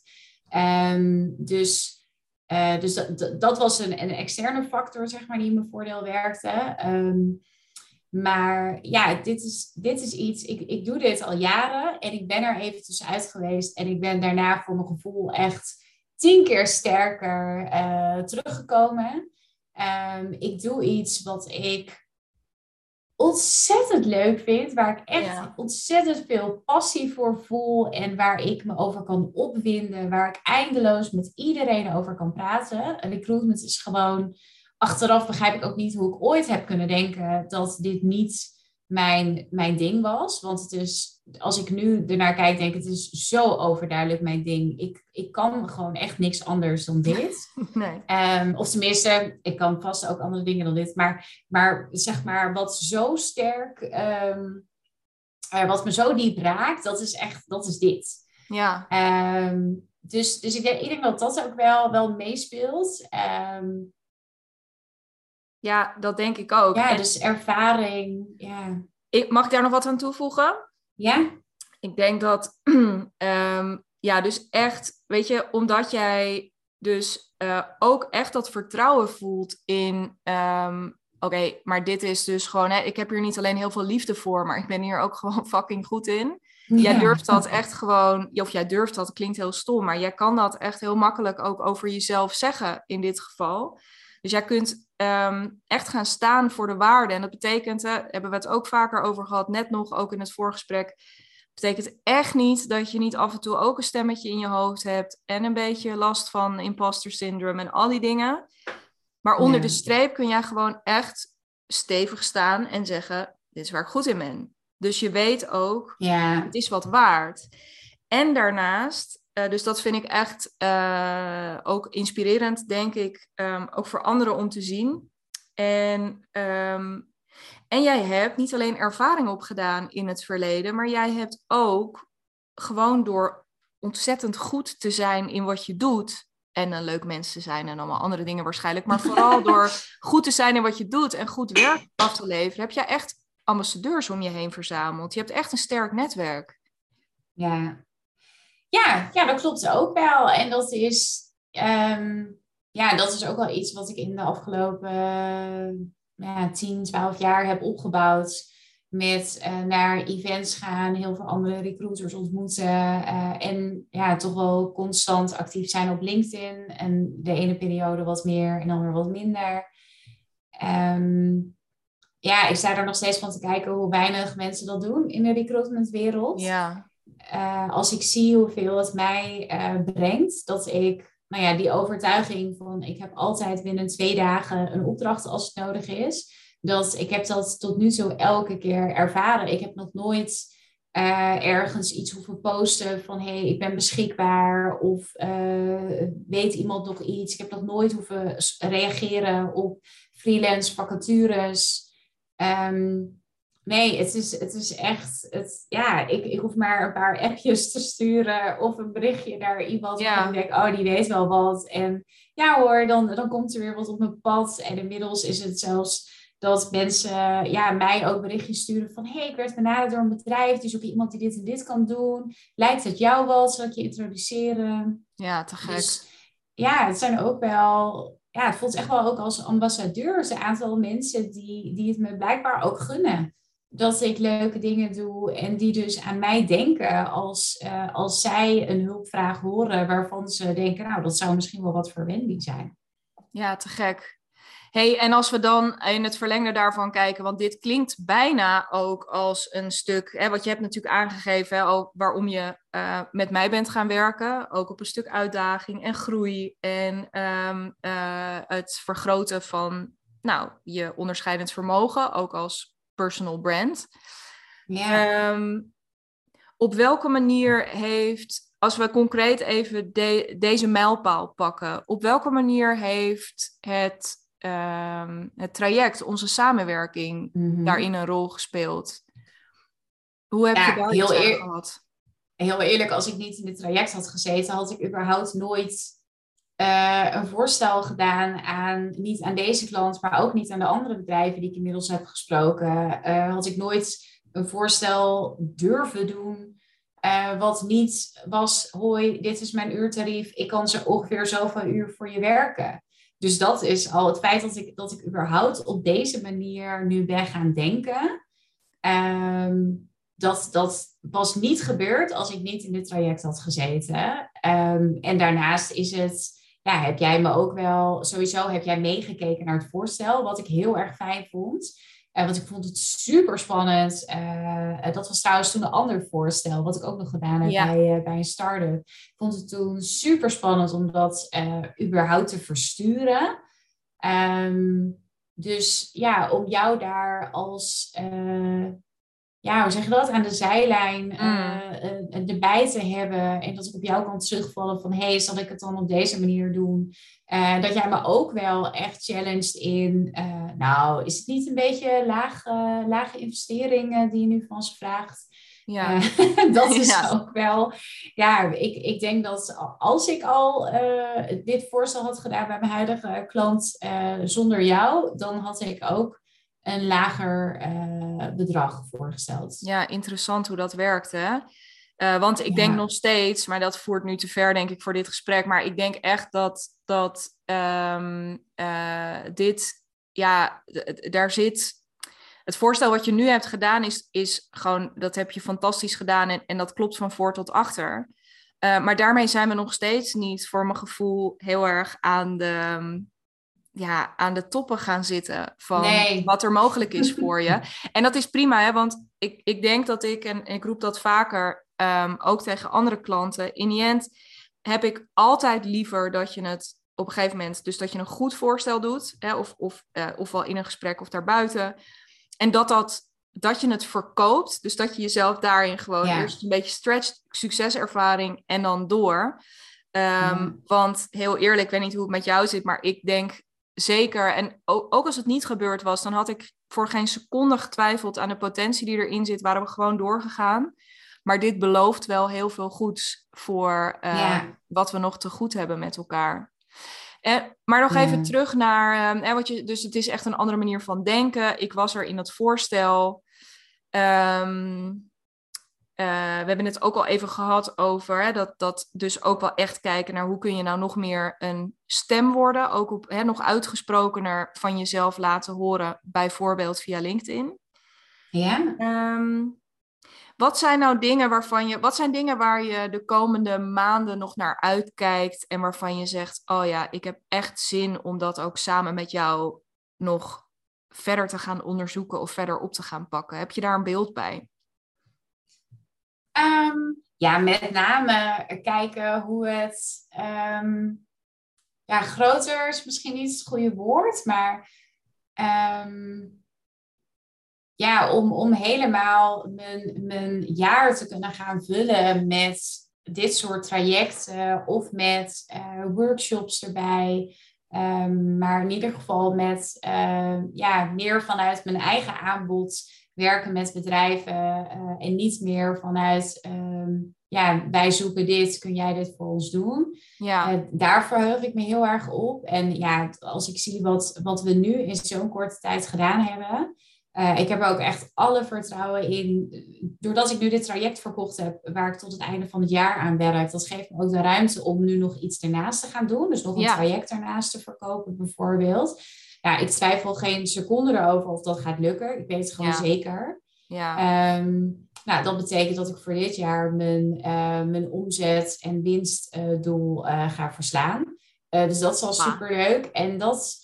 Dus dat was een externe factor, zeg maar, die in mijn voordeel werkte. Maar ja, dit is iets, ik doe dit al jaren en ik ben er even tussenuit geweest en ik ben daarna voor mijn gevoel echt 10 keer sterker teruggekomen. Ik doe iets wat ik ontzettend leuk vind, waar ik echt Ja. ontzettend veel passie voor voel en waar ik me over kan opwinden, waar ik eindeloos met iedereen over kan praten. En recruitment is gewoon, achteraf begrijp ik ook niet hoe ik ooit heb kunnen denken dat dit niet mijn ding was. Want het is, als ik nu ernaar kijk, denk ik, het is zo overduidelijk mijn ding. Ik kan gewoon echt niks anders dan dit. Nee. Of tenminste, ik kan vast ook andere dingen dan dit. Maar zeg maar, wat zo sterk, wat me zo diep raakt, dat is dit. Ja. Dus ik denk dat dat ook wel meespeelt. Ja, dat denk ik ook. Ja, En dus ervaring. Ja. mag ik daar nog wat aan toevoegen? Ja? Ik denk dat, ja, dus echt, weet je, omdat jij dus ook echt dat vertrouwen voelt in, oké, maar dit is dus gewoon, hè, ik heb hier niet alleen heel veel liefde voor, maar ik ben hier ook gewoon fucking goed in. Jij Ja. durft dat echt gewoon, of jij durft dat, klinkt heel stom, maar jij kan dat echt heel makkelijk ook over jezelf zeggen in dit geval. Dus jij kunt echt gaan staan voor de waarde. En dat betekent, hebben we het ook vaker over gehad, net nog, ook in het voorgesprek, betekent echt niet dat je niet af en toe ook een stemmetje in je hoofd hebt en een beetje last van imposter syndrome en al die dingen. Maar onder de Ja. streep kun jij gewoon echt stevig staan en zeggen, dit is waar ik goed in ben. Dus je weet ook, Ja. het is wat waard. En daarnaast, dus dat vind ik echt ook inspirerend, denk ik, ook voor anderen om te zien. En jij hebt niet alleen ervaring opgedaan in het verleden, maar jij hebt ook gewoon door ontzettend goed te zijn in wat je doet. En een leuk mens te zijn en allemaal andere dingen waarschijnlijk. Maar vooral door goed te zijn in wat je doet en goed werk af te leveren, heb jij echt ambassadeurs om je heen verzameld. Je hebt echt een sterk netwerk. Ja. Ja, dat klopt ook wel. En dat is ook wel iets wat ik in de afgelopen 10, 12 jaar heb opgebouwd. met naar events gaan, heel veel andere recruiters ontmoeten en ja, toch wel constant actief zijn op LinkedIn. En de ene periode wat meer en dan weer wat minder. Ja, ik sta er nog steeds van te kijken hoe weinig mensen dat doen in de recruitmentwereld. Ja. Als ik zie hoeveel het mij brengt, dat ik, nou ja, die overtuiging van ik heb altijd binnen 2 dagen een opdracht als het nodig is. Ik heb dat tot nu toe elke keer ervaren. Ik heb nog nooit ergens iets hoeven posten van hey, ik ben beschikbaar of weet iemand nog iets. Ik heb nog nooit hoeven reageren op freelance vacatures. Nee, het is echt, ik hoef maar een paar appjes te sturen of een berichtje naar iemand waarvan ik denk, oh, die weet wel wat. En ja hoor, dan komt er weer wat op mijn pad. En inmiddels is het zelfs dat mensen mij ook berichtjes sturen van, hey, ik werd benaderd door een bedrijf, die zoeken iemand die dit en dit kan doen. Lijkt het jou wel? Zal ik je introduceren? Ja, te gek. Dus ja, het zijn ook wel... Ja, het voelt echt wel ook als ambassadeurs. Een aantal mensen die het me blijkbaar ook gunnen. Dat ik leuke dingen doe. En die dus aan mij denken als zij een hulpvraag horen. Waarvan ze denken, nou, dat zou misschien wel wat voor Wendy zijn. Ja, te gek. Hey, en als we dan in het verlengde daarvan kijken, want dit klinkt bijna ook als een stuk, wat je hebt natuurlijk aangegeven, ook waarom je met mij bent gaan werken, ook op een stuk uitdaging en groei en het vergroten van je onderscheidend vermogen, ook als personal brand. Ja. Op welke manier als we concreet even deze mijlpaal pakken, op welke manier heeft het traject, onze samenwerking, daarin een rol gespeeld? Hoe heb je daar iets aan gehad? Heel eerlijk, als ik niet in dit traject had gezeten, had ik überhaupt nooit een voorstel gedaan niet aan deze klant, maar ook niet aan de andere bedrijven die ik inmiddels heb gesproken. Had ik nooit een voorstel durven doen wat niet was, hoi, dit is mijn uurtarief, ik kan zo ongeveer zoveel uur voor je werken. Dus dat is al het feit dat ik überhaupt op deze manier nu ben gaan denken. Dat was niet gebeurd als ik niet in dit traject had gezeten. En daarnaast is het, heb jij me ook wel, sowieso heb jij meegekeken naar het voorstel, wat ik heel erg fijn vond. Want ik vond het super spannend. Dat was trouwens toen een ander voorstel, wat ik ook nog gedaan heb bij een start-up. Ik vond het toen super spannend om dat überhaupt te versturen. Dus ja, om jou daar als... hoe zeg je dat, aan de zijlijn erbij te hebben. En dat ik op jou kan terugvallen van, hey, zal ik het dan op deze manier doen? Dat jij me ook wel echt challenged in, is het niet een beetje lage investeringen die je nu van ze vraagt? Ja. Dat is ook wel... Ja, ik denk dat als ik al dit voorstel had gedaan bij mijn huidige klant zonder jou, dan had ik ook een lager bedrag voorgesteld. Ja, interessant hoe dat werkt, hè? Want ik denk nog steeds, maar dat voert nu te ver, denk ik, voor dit gesprek. Maar ik denk echt dat dit, daar zit... Het voorstel wat je nu hebt gedaan is gewoon, dat heb je fantastisch gedaan en dat klopt van voor tot achter. Maar daarmee zijn we nog steeds niet, voor mijn gevoel, heel erg aan de toppen gaan zitten van wat er mogelijk is voor je. En dat is prima, hè, want ik denk dat en ik roep dat vaker ook tegen andere klanten. In die end heb ik altijd liever dat je het op een gegeven moment, dus dat je een goed voorstel doet, hè, ofwel in een gesprek of daarbuiten. En dat je het verkoopt, dus dat je jezelf daarin gewoon eerst een beetje stretcht, succeservaring en dan door. Want heel eerlijk, ik weet niet hoe het met jou zit, maar ik denk zeker, en ook als het niet gebeurd was, dan had ik voor geen seconde getwijfeld aan de potentie die erin zit, waren we gewoon doorgegaan. Maar dit belooft wel heel veel goeds voor wat we nog te goed hebben met elkaar. Maar nog even terug naar, dus het is echt een andere manier van denken. Ik was er in dat voorstel. We hebben het ook al even gehad over dat dus ook wel echt kijken naar hoe kun je nou nog meer een stem worden. Ook nog uitgesprokener van jezelf laten horen, bijvoorbeeld via LinkedIn. Ja. Ehm, wat zijn nou dingen wat zijn dingen waar je de komende maanden nog naar uitkijkt en waarvan je zegt, oh ja, ik heb echt zin om dat ook samen met jou nog verder te gaan onderzoeken of verder op te gaan pakken? Heb je daar een beeld bij? Ja, met name kijken hoe het... ja, groter is misschien niet het goede woord, maar... ja, om helemaal mijn jaar te kunnen gaan vullen met dit soort trajecten of met workshops erbij. Maar in ieder geval met ja, meer vanuit mijn eigen aanbod werken met bedrijven en niet meer vanuit ja, wij zoeken dit, kun jij dit voor ons doen? Ja, Daar verheug ik me heel erg op. En ja, als ik zie wat we nu in zo'n korte tijd gedaan hebben. Ik heb er ook echt alle vertrouwen in. Doordat ik nu dit traject verkocht heb, waar ik tot het einde van het jaar aan werk, dat geeft me ook de ruimte om nu nog iets ernaast te gaan doen. Dus nog een ja, traject ernaast te verkopen, bijvoorbeeld. Ja, ik twijfel geen seconde erover of dat gaat lukken. Ik weet het gewoon ja, zeker. ja, Nou, dat betekent dat ik voor dit jaar mijn omzet- en winstdoel ga verslaan. Dus dat is al pa. superleuk. En dat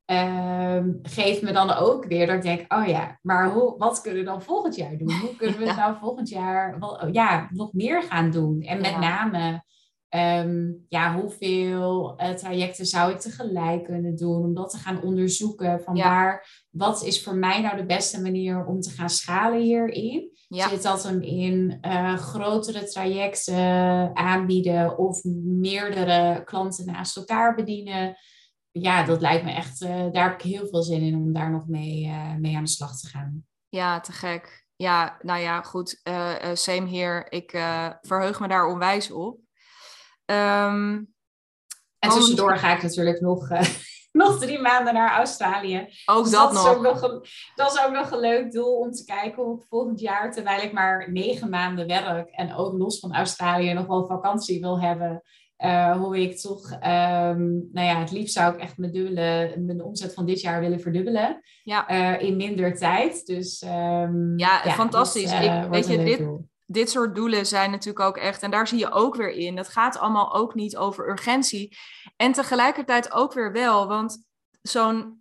geeft me dan ook weer dat ik denk, oh ja, maar wat kunnen we dan volgend jaar doen? Hoe kunnen we het Ja, nou volgend jaar ja, nog meer gaan doen? En met ja, name, ja, hoeveel trajecten zou ik tegelijk kunnen doen? Om dat te gaan onderzoeken van ja, wat is voor mij nou de beste manier om te gaan schalen hierin? ja. Zit dat hem in grotere trajecten aanbieden of meerdere klanten naast elkaar bedienen? Ja, dat lijkt me echt, daar heb ik heel veel zin in om daar nog mee aan de slag te gaan. Ja, te gek. Ja, nou ja, goed. Same here. Ik verheug me daar onwijs op. Ehm, En komen we tussendoor misschien ga ik natuurlijk nog, nog 3 maanden naar Australië. ook Dus dat dat is ook nog? nog een leuk doel om te kijken hoe ik volgend jaar, terwijl ik maar 9 maanden werk en ook los van Australië nog wel vakantie wil hebben. Hoe ik toch, nou ja, het liefst zou ik echt mijn omzet van dit jaar willen verdubbelen Ja, in minder tijd. Dus ja, ja, dat fantastisch. wordt Weet een je, leuk doel. dit soort doelen zijn natuurlijk ook echt, en daar zie je ook weer in. Dat gaat allemaal ook niet over urgentie. En tegelijkertijd ook weer wel, want zo'n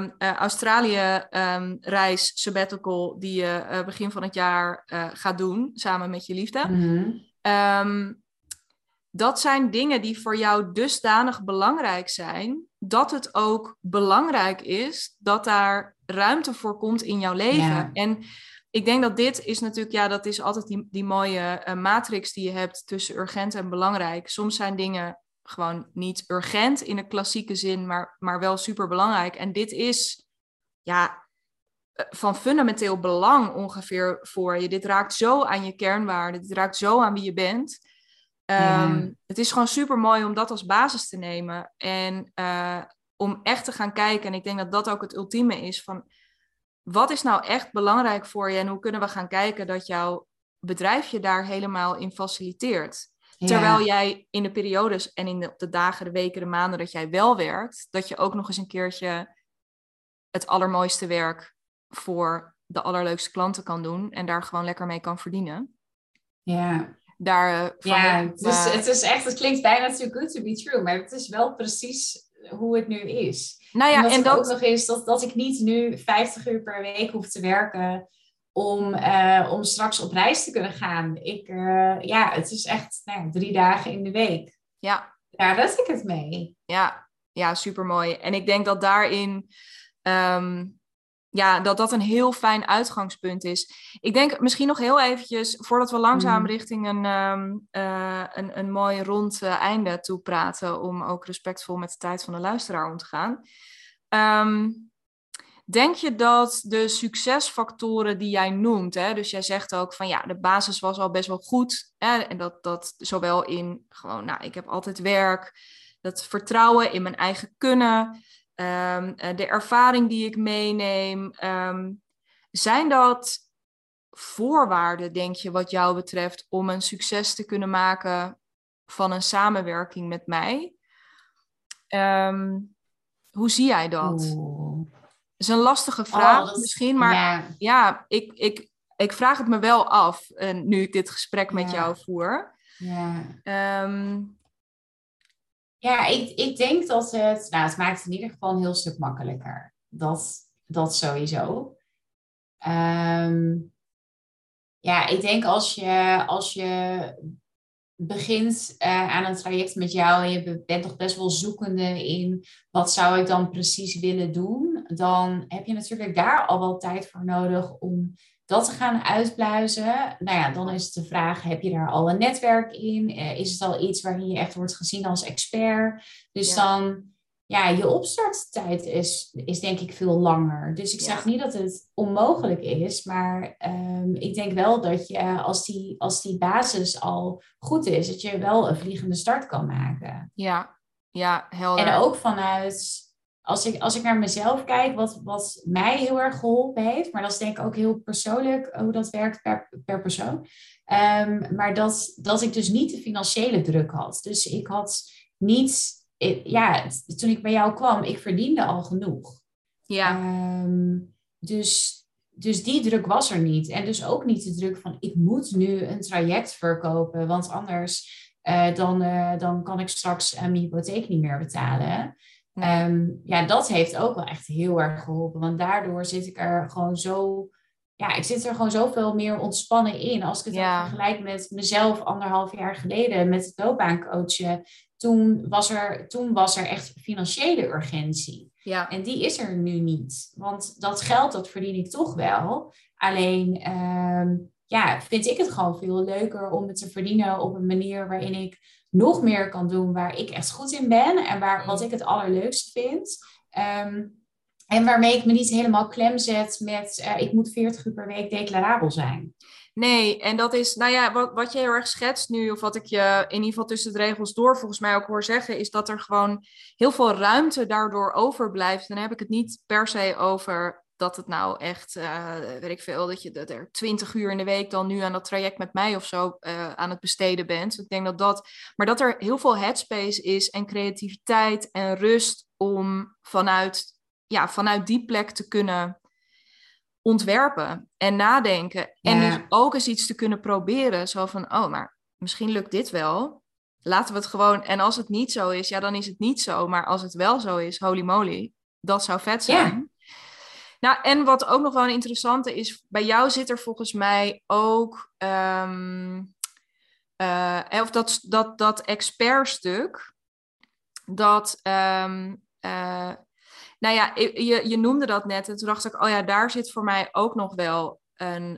Australië-reis, sabbatical, die je begin van het jaar gaat doen, samen met je liefde. Mhm. Ehm, dat zijn dingen die voor jou dusdanig belangrijk zijn, dat het ook belangrijk is dat daar ruimte voor komt in jouw leven. Ja, En ik denk dat dit is natuurlijk, ja, dat is altijd die mooie matrix die je hebt tussen urgent en belangrijk. Soms zijn dingen gewoon niet urgent in de klassieke zin, maar wel super belangrijk. En dit is, ja, van fundamenteel belang ongeveer voor je. Dit raakt zo aan je kernwaarden, dit raakt zo aan wie je bent. ja, Het is gewoon super mooi om dat als basis te nemen en om echt te gaan kijken. En ik denk dat dat ook het ultieme is van wat is nou echt belangrijk voor je en hoe kunnen we gaan kijken dat jouw bedrijf je daar helemaal in faciliteert. Terwijl ja, jij in de periodes en in de dagen, de weken, de maanden dat jij wel werkt, dat je ook nog eens een keertje het allermooiste werk voor de allerleukste klanten kan doen en daar gewoon lekker mee kan verdienen. ja. Daar verheug Ja, ik me. het is echt, het klinkt bijna too good to be true, maar het is wel precies hoe het nu is. Nou En ja, dat en ik ook dat, nog eens, dat ik niet nu 50 uur per week hoef te werken om straks op reis te kunnen gaan. Ja, het is echt nou ja, 3 dagen in de week. ja, Daar red ik het mee. ja, ja, super mooi. En ik denk dat daarin, ehm, ja, dat dat een heel fijn uitgangspunt is. Ik denk misschien nog heel eventjes, voordat we langzaam Mm. richting een mooi rond einde toe praten, om ook respectvol met de tijd van de luisteraar om te gaan. Ehm, Denk je dat de succesfactoren die jij noemt, hè, dus jij zegt ook van ja, de basis was al best wel goed, hè, en dat zowel in gewoon, nou, ik heb altijd werk, dat vertrouwen in mijn eigen kunnen, de ervaring die ik meeneem, zijn dat voorwaarden, denk je, wat jou betreft, om een succes te kunnen maken van een samenwerking met mij? Hoe zie jij dat? Oeh. is een lastige vraag misschien, maar ja, ik vraag het me wel af nu ik dit gesprek met jou voer. Ja, Ehm, ja ik denk dat het maakt het in ieder geval een heel stuk makkelijker. Dat sowieso. Ja, ik denk als je begint aan een traject met jou en je bent toch best wel zoekende in wat zou ik dan precies willen doen, dan heb je natuurlijk daar al wel tijd voor nodig om dat te gaan uitpluizen. Nou ja, dan is het de vraag, heb je daar al een netwerk in? Is het al iets waarin je echt wordt gezien als expert? Dus dan, ja, je opstarttijd is denk ik veel langer. Dus ik zeg niet dat het onmogelijk is, maar ik denk wel dat je, als die basis al goed is, dat je wel een vliegende start kan maken. Ja, helder. En ook vanuit, als ik naar mezelf kijk, wat mij heel erg geholpen heeft, maar dat is denk ik ook heel persoonlijk hoe dat werkt per persoon. Maar dat ik dus niet de financiële druk had. Dus ik had niet, toen ik bij jou kwam, ik verdiende al genoeg. Ja. Dus die druk was er niet. En dus ook niet de druk van, ik moet nu een traject verkopen, want anders dan kan ik straks mijn hypotheek niet meer betalen. Nee. Dat heeft ook wel echt heel erg geholpen. Want daardoor zit ik er gewoon zo... Ja, ik zit er gewoon zoveel meer ontspannen in. Als ik het ook vergelijk met mezelf 1,5 jaar geleden met het loopbaancoachen. Toen was er echt financiële urgentie. Ja. En die is er nu niet. Want dat geld, dat verdien ik toch wel. Alleen vind ik het gewoon veel leuker om het te verdienen op een manier waarin ik nog meer kan doen waar ik echt goed in ben. En wat ik het allerleukste vind. En waarmee ik me niet helemaal klem zet met ik moet 40 uur per week declarabel zijn. Nee, en dat is, nou ja, wat je heel erg schetst nu, of wat ik je in ieder geval tussen de regels door volgens mij ook hoor zeggen, is dat er gewoon heel veel ruimte daardoor overblijft. En dan heb ik het niet per se over dat het nou echt, weet ik veel, dat er 20 uur in de week dan nu aan dat traject met mij of zo aan het besteden bent. Ik denk maar dat er heel veel headspace is en creativiteit en rust om vanuit die plek te kunnen ontwerpen en nadenken. Ja. En dus ook eens iets te kunnen proberen. Zo van, maar misschien lukt dit wel. Laten we het gewoon... En als het niet zo is, dan is het niet zo. Maar als het wel zo is, holy moly, dat zou vet zijn. Ja. Nou, en wat ook nog wel een interessante is, bij jou zit er volgens mij ook... of dat expertstuk, dat... nou ja, je noemde dat net en toen dacht ik, daar zit voor mij ook nog wel een...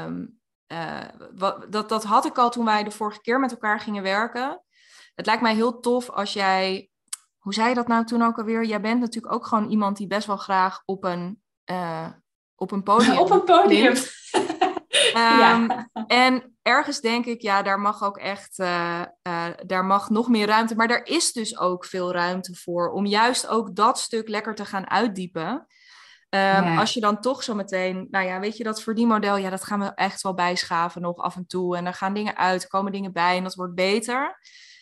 dat had ik al toen wij de vorige keer met elkaar gingen werken. Het lijkt mij heel tof als jij... Hoe zei je dat nou toen ook alweer? Jij bent natuurlijk ook gewoon iemand die best wel graag op een podium... Op een podium. En ergens denk ik, daar mag ook echt, daar mag nog meer ruimte. Maar er is dus ook veel ruimte voor om juist ook dat stuk lekker te gaan uitdiepen. Als je dan toch zo meteen, weet je, dat verdienmodel, dat gaan we echt wel bijschaven nog af en toe. En er gaan dingen uit, er komen dingen bij en dat wordt beter.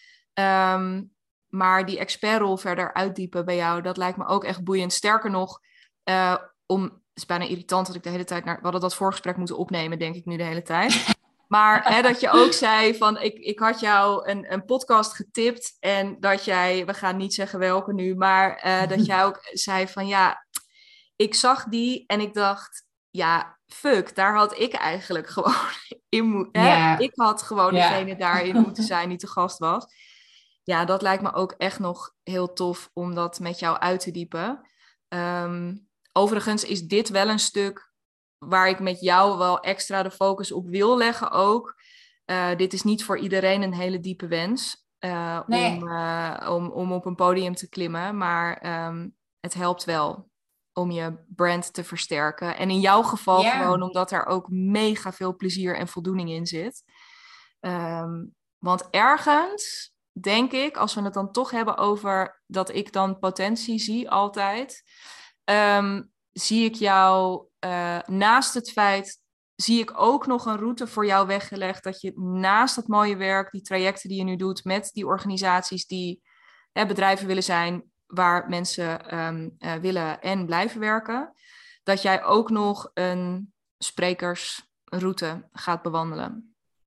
Maar die expertrol verder uitdiepen bij jou, dat lijkt me ook echt boeiend. Sterker nog, het is bijna irritant dat ik de hele tijd we hadden dat voorgesprek moeten opnemen, denk ik nu de hele tijd. Maar dat je ook zei van, ik had jou een podcast getipt en dat jij, we gaan niet zeggen welke nu, maar dat jij ook zei van ik zag die en ik dacht, fuck, daar had ik eigenlijk gewoon in moeten. Yeah. Ik had gewoon degene daarin moeten zijn die te gast was. Ja, dat lijkt me ook echt nog heel tof om dat met jou uit te diepen. Overigens is dit wel een stuk waar ik met jou wel extra de focus op wil leggen ook. Dit is niet voor iedereen een hele diepe wens om op een podium te klimmen. Maar het helpt wel om je brand te versterken. En in jouw geval gewoon omdat er ook mega veel plezier en voldoening in zit. Want ergens... denk ik, als we het dan toch hebben over dat ik dan potentie zie altijd, zie ik jou naast het feit, zie ik ook nog een route voor jou weggelegd, dat je naast dat mooie werk, die trajecten die je nu doet met die organisaties die bedrijven willen zijn, waar mensen willen en blijven werken, dat jij ook nog een sprekersroute gaat bewandelen.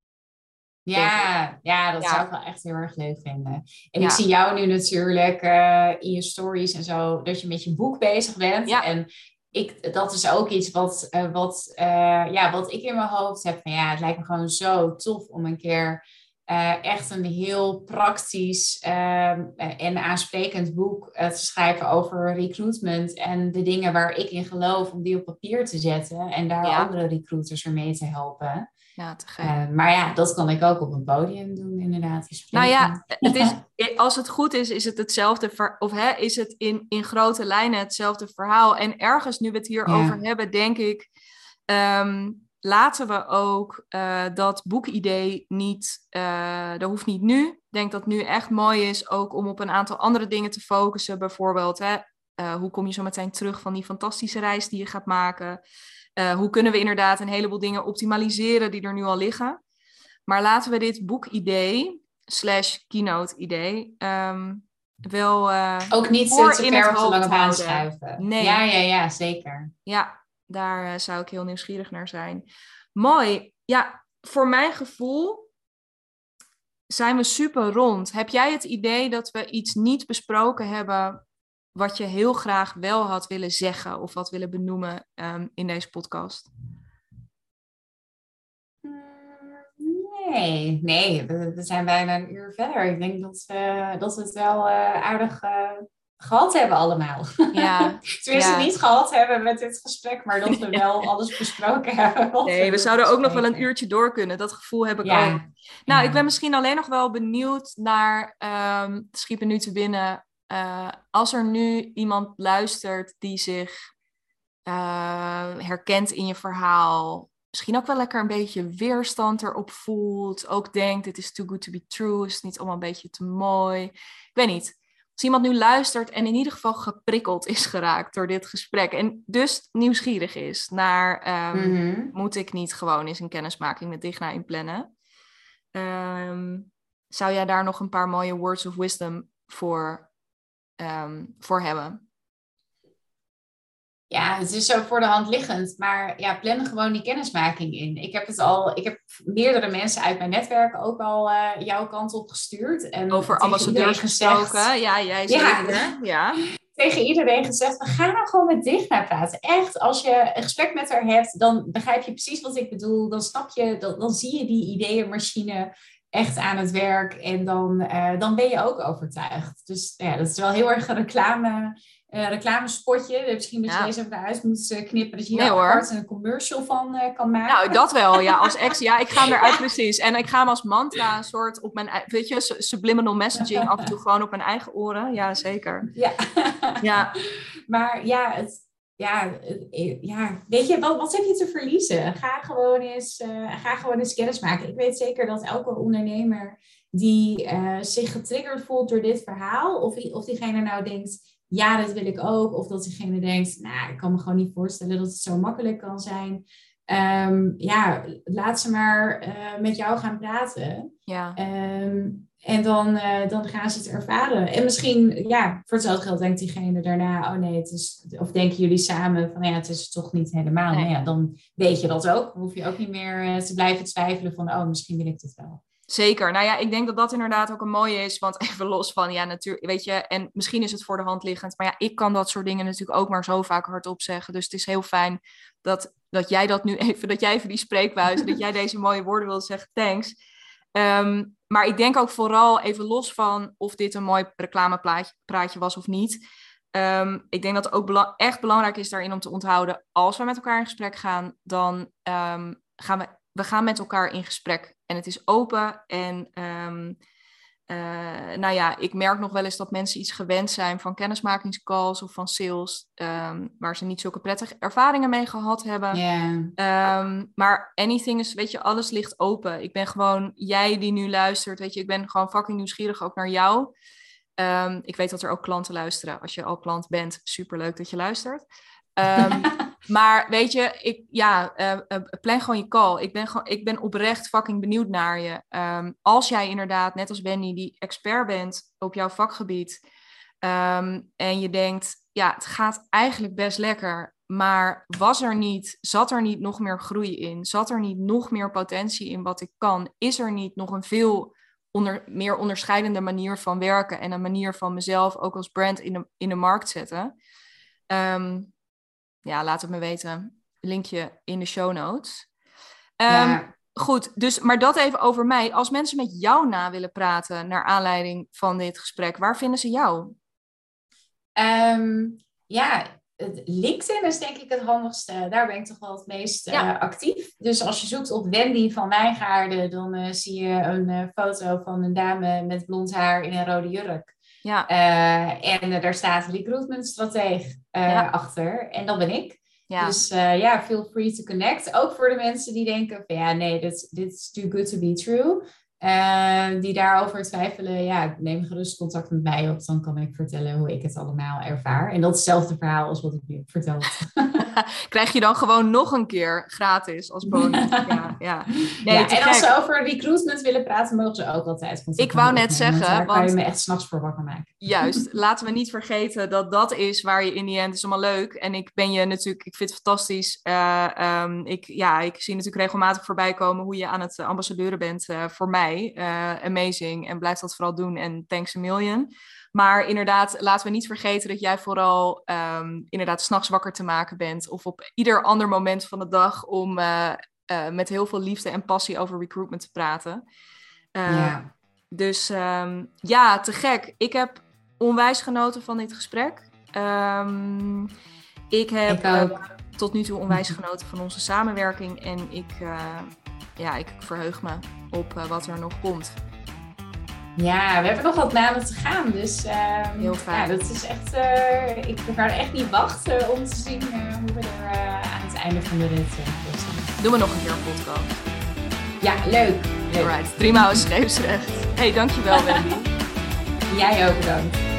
Ja, dat zou ik wel echt heel erg leuk vinden. En ik Ja. zie jou nu natuurlijk in je stories en zo, dat je met je boek bezig bent. Ja. En dat is ook iets wat ik in mijn hoofd heb. Van, het lijkt me gewoon zo tof om een keer echt een heel praktisch en aansprekend boek te schrijven over recruitment. En de dingen waar ik in geloof, om die op papier te zetten. En daar andere recruiters ermee te helpen. Ja, te gek. Maar dat kan ik ook op een podium doen, inderdaad. Nou ja, als het goed is, is het hetzelfde, is het in grote lijnen hetzelfde verhaal. En ergens, nu we het hierover hebben, denk ik, laten we ook dat boekidee niet, dat hoeft niet nu. Ik denk dat het nu echt mooi is ook om op een aantal andere dingen te focussen. Bijvoorbeeld, hoe kom je zo meteen terug van die fantastische reis die je gaat maken? Hoe kunnen we inderdaad een heleboel dingen optimaliseren die er nu al liggen? Maar laten we dit boekidee / keynote idee wel ook niet voor te in ver het op de lange hoofd baan houden. schuiven. Nee. Ja, zeker. Ja, daar zou ik heel nieuwsgierig naar zijn. Mooi. Ja, voor mijn gevoel zijn we super rond. Heb jij het idee dat we iets niet besproken hebben wat je heel graag wel had willen zeggen of had willen benoemen in deze podcast? Nee, we zijn bijna een uur verder. Ik denk dat we het wel aardig gehad hebben allemaal. Ja. Tenminste, niet gehad hebben met dit gesprek, maar dat we wel alles besproken hebben. Nee, we zouden ook nog wel een uurtje door kunnen. Dat gevoel heb ik ook. Nou, ik ben misschien alleen nog wel benieuwd naar, schiet me nu te binnen, als er nu iemand luistert die zich herkent in je verhaal, misschien ook wel lekker een beetje weerstand erop voelt, ook denkt, dit is too good to be true, is het niet allemaal een beetje te mooi? Ik weet niet. Als iemand nu luistert en in ieder geval geprikkeld is geraakt door dit gesprek en dus nieuwsgierig is naar, moet ik niet gewoon eens een kennismaking met Digna inplannen? Zou jij daar nog een paar mooie words of wisdom voor hebben? Ja, het is zo voor de hand liggend, maar plan gewoon die kennismaking in. Ik heb meerdere mensen uit mijn netwerk ook al jouw kant op gestuurd. En over ambassadeurs gesproken. Ja, jij zeker. Ja. Tegen iedereen gezegd, we gaan nou gewoon met Digna praten. Echt, als je een gesprek met haar hebt, dan begrijp je precies wat ik bedoel. Dan snap je, dan zie je die ideeënmachine echt aan het werk. En dan ben je ook overtuigd. Dus ja, dat is wel heel erg een reclamespotje. Misschien moet je deze even eruit moet knippen. Dat je hier apart een commercial van kan maken. Nou, dat wel. Ja, als ex. Ja, ik ga hem eruit precies. En ik ga hem als mantra een soort op mijn... Weet je, subliminal messaging af en toe gewoon op mijn eigen oren. Ja, zeker. Ja. Maar weet je, wat heb je te verliezen? Ga gewoon eens kennis maken. Ik weet zeker dat elke ondernemer die zich getriggerd voelt door dit verhaal, of diegene nou denkt, ja, dat wil ik ook. Of dat diegene denkt, nou, ik kan me gewoon niet voorstellen dat het zo makkelijk kan zijn. Laat ze maar met jou gaan praten. Ja. En dan gaan ze het ervaren. En misschien, voor hetzelfde geld denkt diegene daarna, oh nee, of denken jullie samen van, het is toch niet helemaal. Nee. Nou dan weet je dat ook. Dan hoef je ook niet meer te blijven twijfelen van, misschien wil ik dit wel. Zeker. Nou ja, ik denk dat dat inderdaad ook een mooie is. Want even los van, natuurlijk, weet je, en misschien is het voor de hand liggend. Maar ik kan dat soort dingen natuurlijk ook maar zo vaak hardop zeggen. Dus het is heel fijn dat jij dat nu even, dat jij even die spreekbuis, dat jij deze mooie woorden wil zeggen. Thanks. Maar ik denk ook vooral even los van of dit een mooi reclamepraatje was of niet. Ik denk dat het ook echt belangrijk is daarin om te onthouden, als we met elkaar in gesprek gaan, dan we gaan met elkaar in gesprek. En het is open. En ik merk nog wel eens dat mensen iets gewend zijn van kennismakingscalls of van sales, waar ze niet zulke prettige ervaringen mee gehad hebben. Yeah. Maar anything is, weet je, alles ligt open. Ik ben gewoon, jij die nu luistert, weet je, ik ben gewoon fucking nieuwsgierig ook naar jou. Ik weet dat er ook klanten luisteren. Als je al klant bent, superleuk dat je luistert. Maar weet je, plan gewoon je call. Ik ben oprecht fucking benieuwd naar je. Als jij inderdaad, net als Wendy, die expert bent op jouw vakgebied, En je denkt, ja, het gaat eigenlijk best lekker. Maar zat er niet nog meer groei in? Zat er niet nog meer potentie in wat ik kan? Is er niet nog een veel meer onderscheidende manier van werken en een manier van mezelf ook als brand in de markt zetten? Laat het me weten. Linkje in de show notes. Goed, dus maar dat even over mij. Als mensen met jou na willen praten naar aanleiding van dit gesprek, waar vinden ze jou? LinkedIn is denk ik het handigste. Daar ben ik toch wel het meest actief. Dus als je zoekt op Wendy van Wijngaarden, dan zie je een foto van een dame met blond haar in een rode jurk. Ja. En daar staat recruitment strateeg achter. En dat ben ik. Ja. Dus feel free to connect. Ook voor de mensen die denken van dit is too good to be true. Die daarover twijfelen, neem gerust contact met mij op. Dan kan ik vertellen hoe ik het allemaal ervaar. En dat is hetzelfde verhaal als wat ik nu heb verteld. Krijg je dan gewoon nog een keer gratis als bonus. En als ze over recruitment willen praten, mogen ze ook altijd contact. Ik wou net zeggen. Daar kan je me echt 's nachts voor wakker maken. Juist, laten we niet vergeten dat is waar je in die end is allemaal leuk. En ik vind het fantastisch. Ik zie natuurlijk regelmatig voorbij komen hoe je aan het ambassadeuren bent voor mij. Amazing. En blijf dat vooral doen. En thanks a million. Maar inderdaad, laten we niet vergeten dat jij vooral inderdaad 's nachts wakker te maken bent. Of op ieder ander moment van de dag om met heel veel liefde en passie over recruitment te praten. Dus te gek. Ik heb onwijs genoten van dit gesprek. Ik heb tot nu toe onwijs genoten van onze samenwerking. En ik verheug me op wat er nog komt. Ja, we hebben nog wat maanden te gaan. Dus heel fijn. Dat is echt... ik kan er echt niet wachten om te zien hoe we er aan het einde van de rit staan. Doen we nog een keer een podcast. Ja, leuk. Alright, 3 maal scheepsrecht. Hey, dankjewel Wendy. Jij ook bedankt.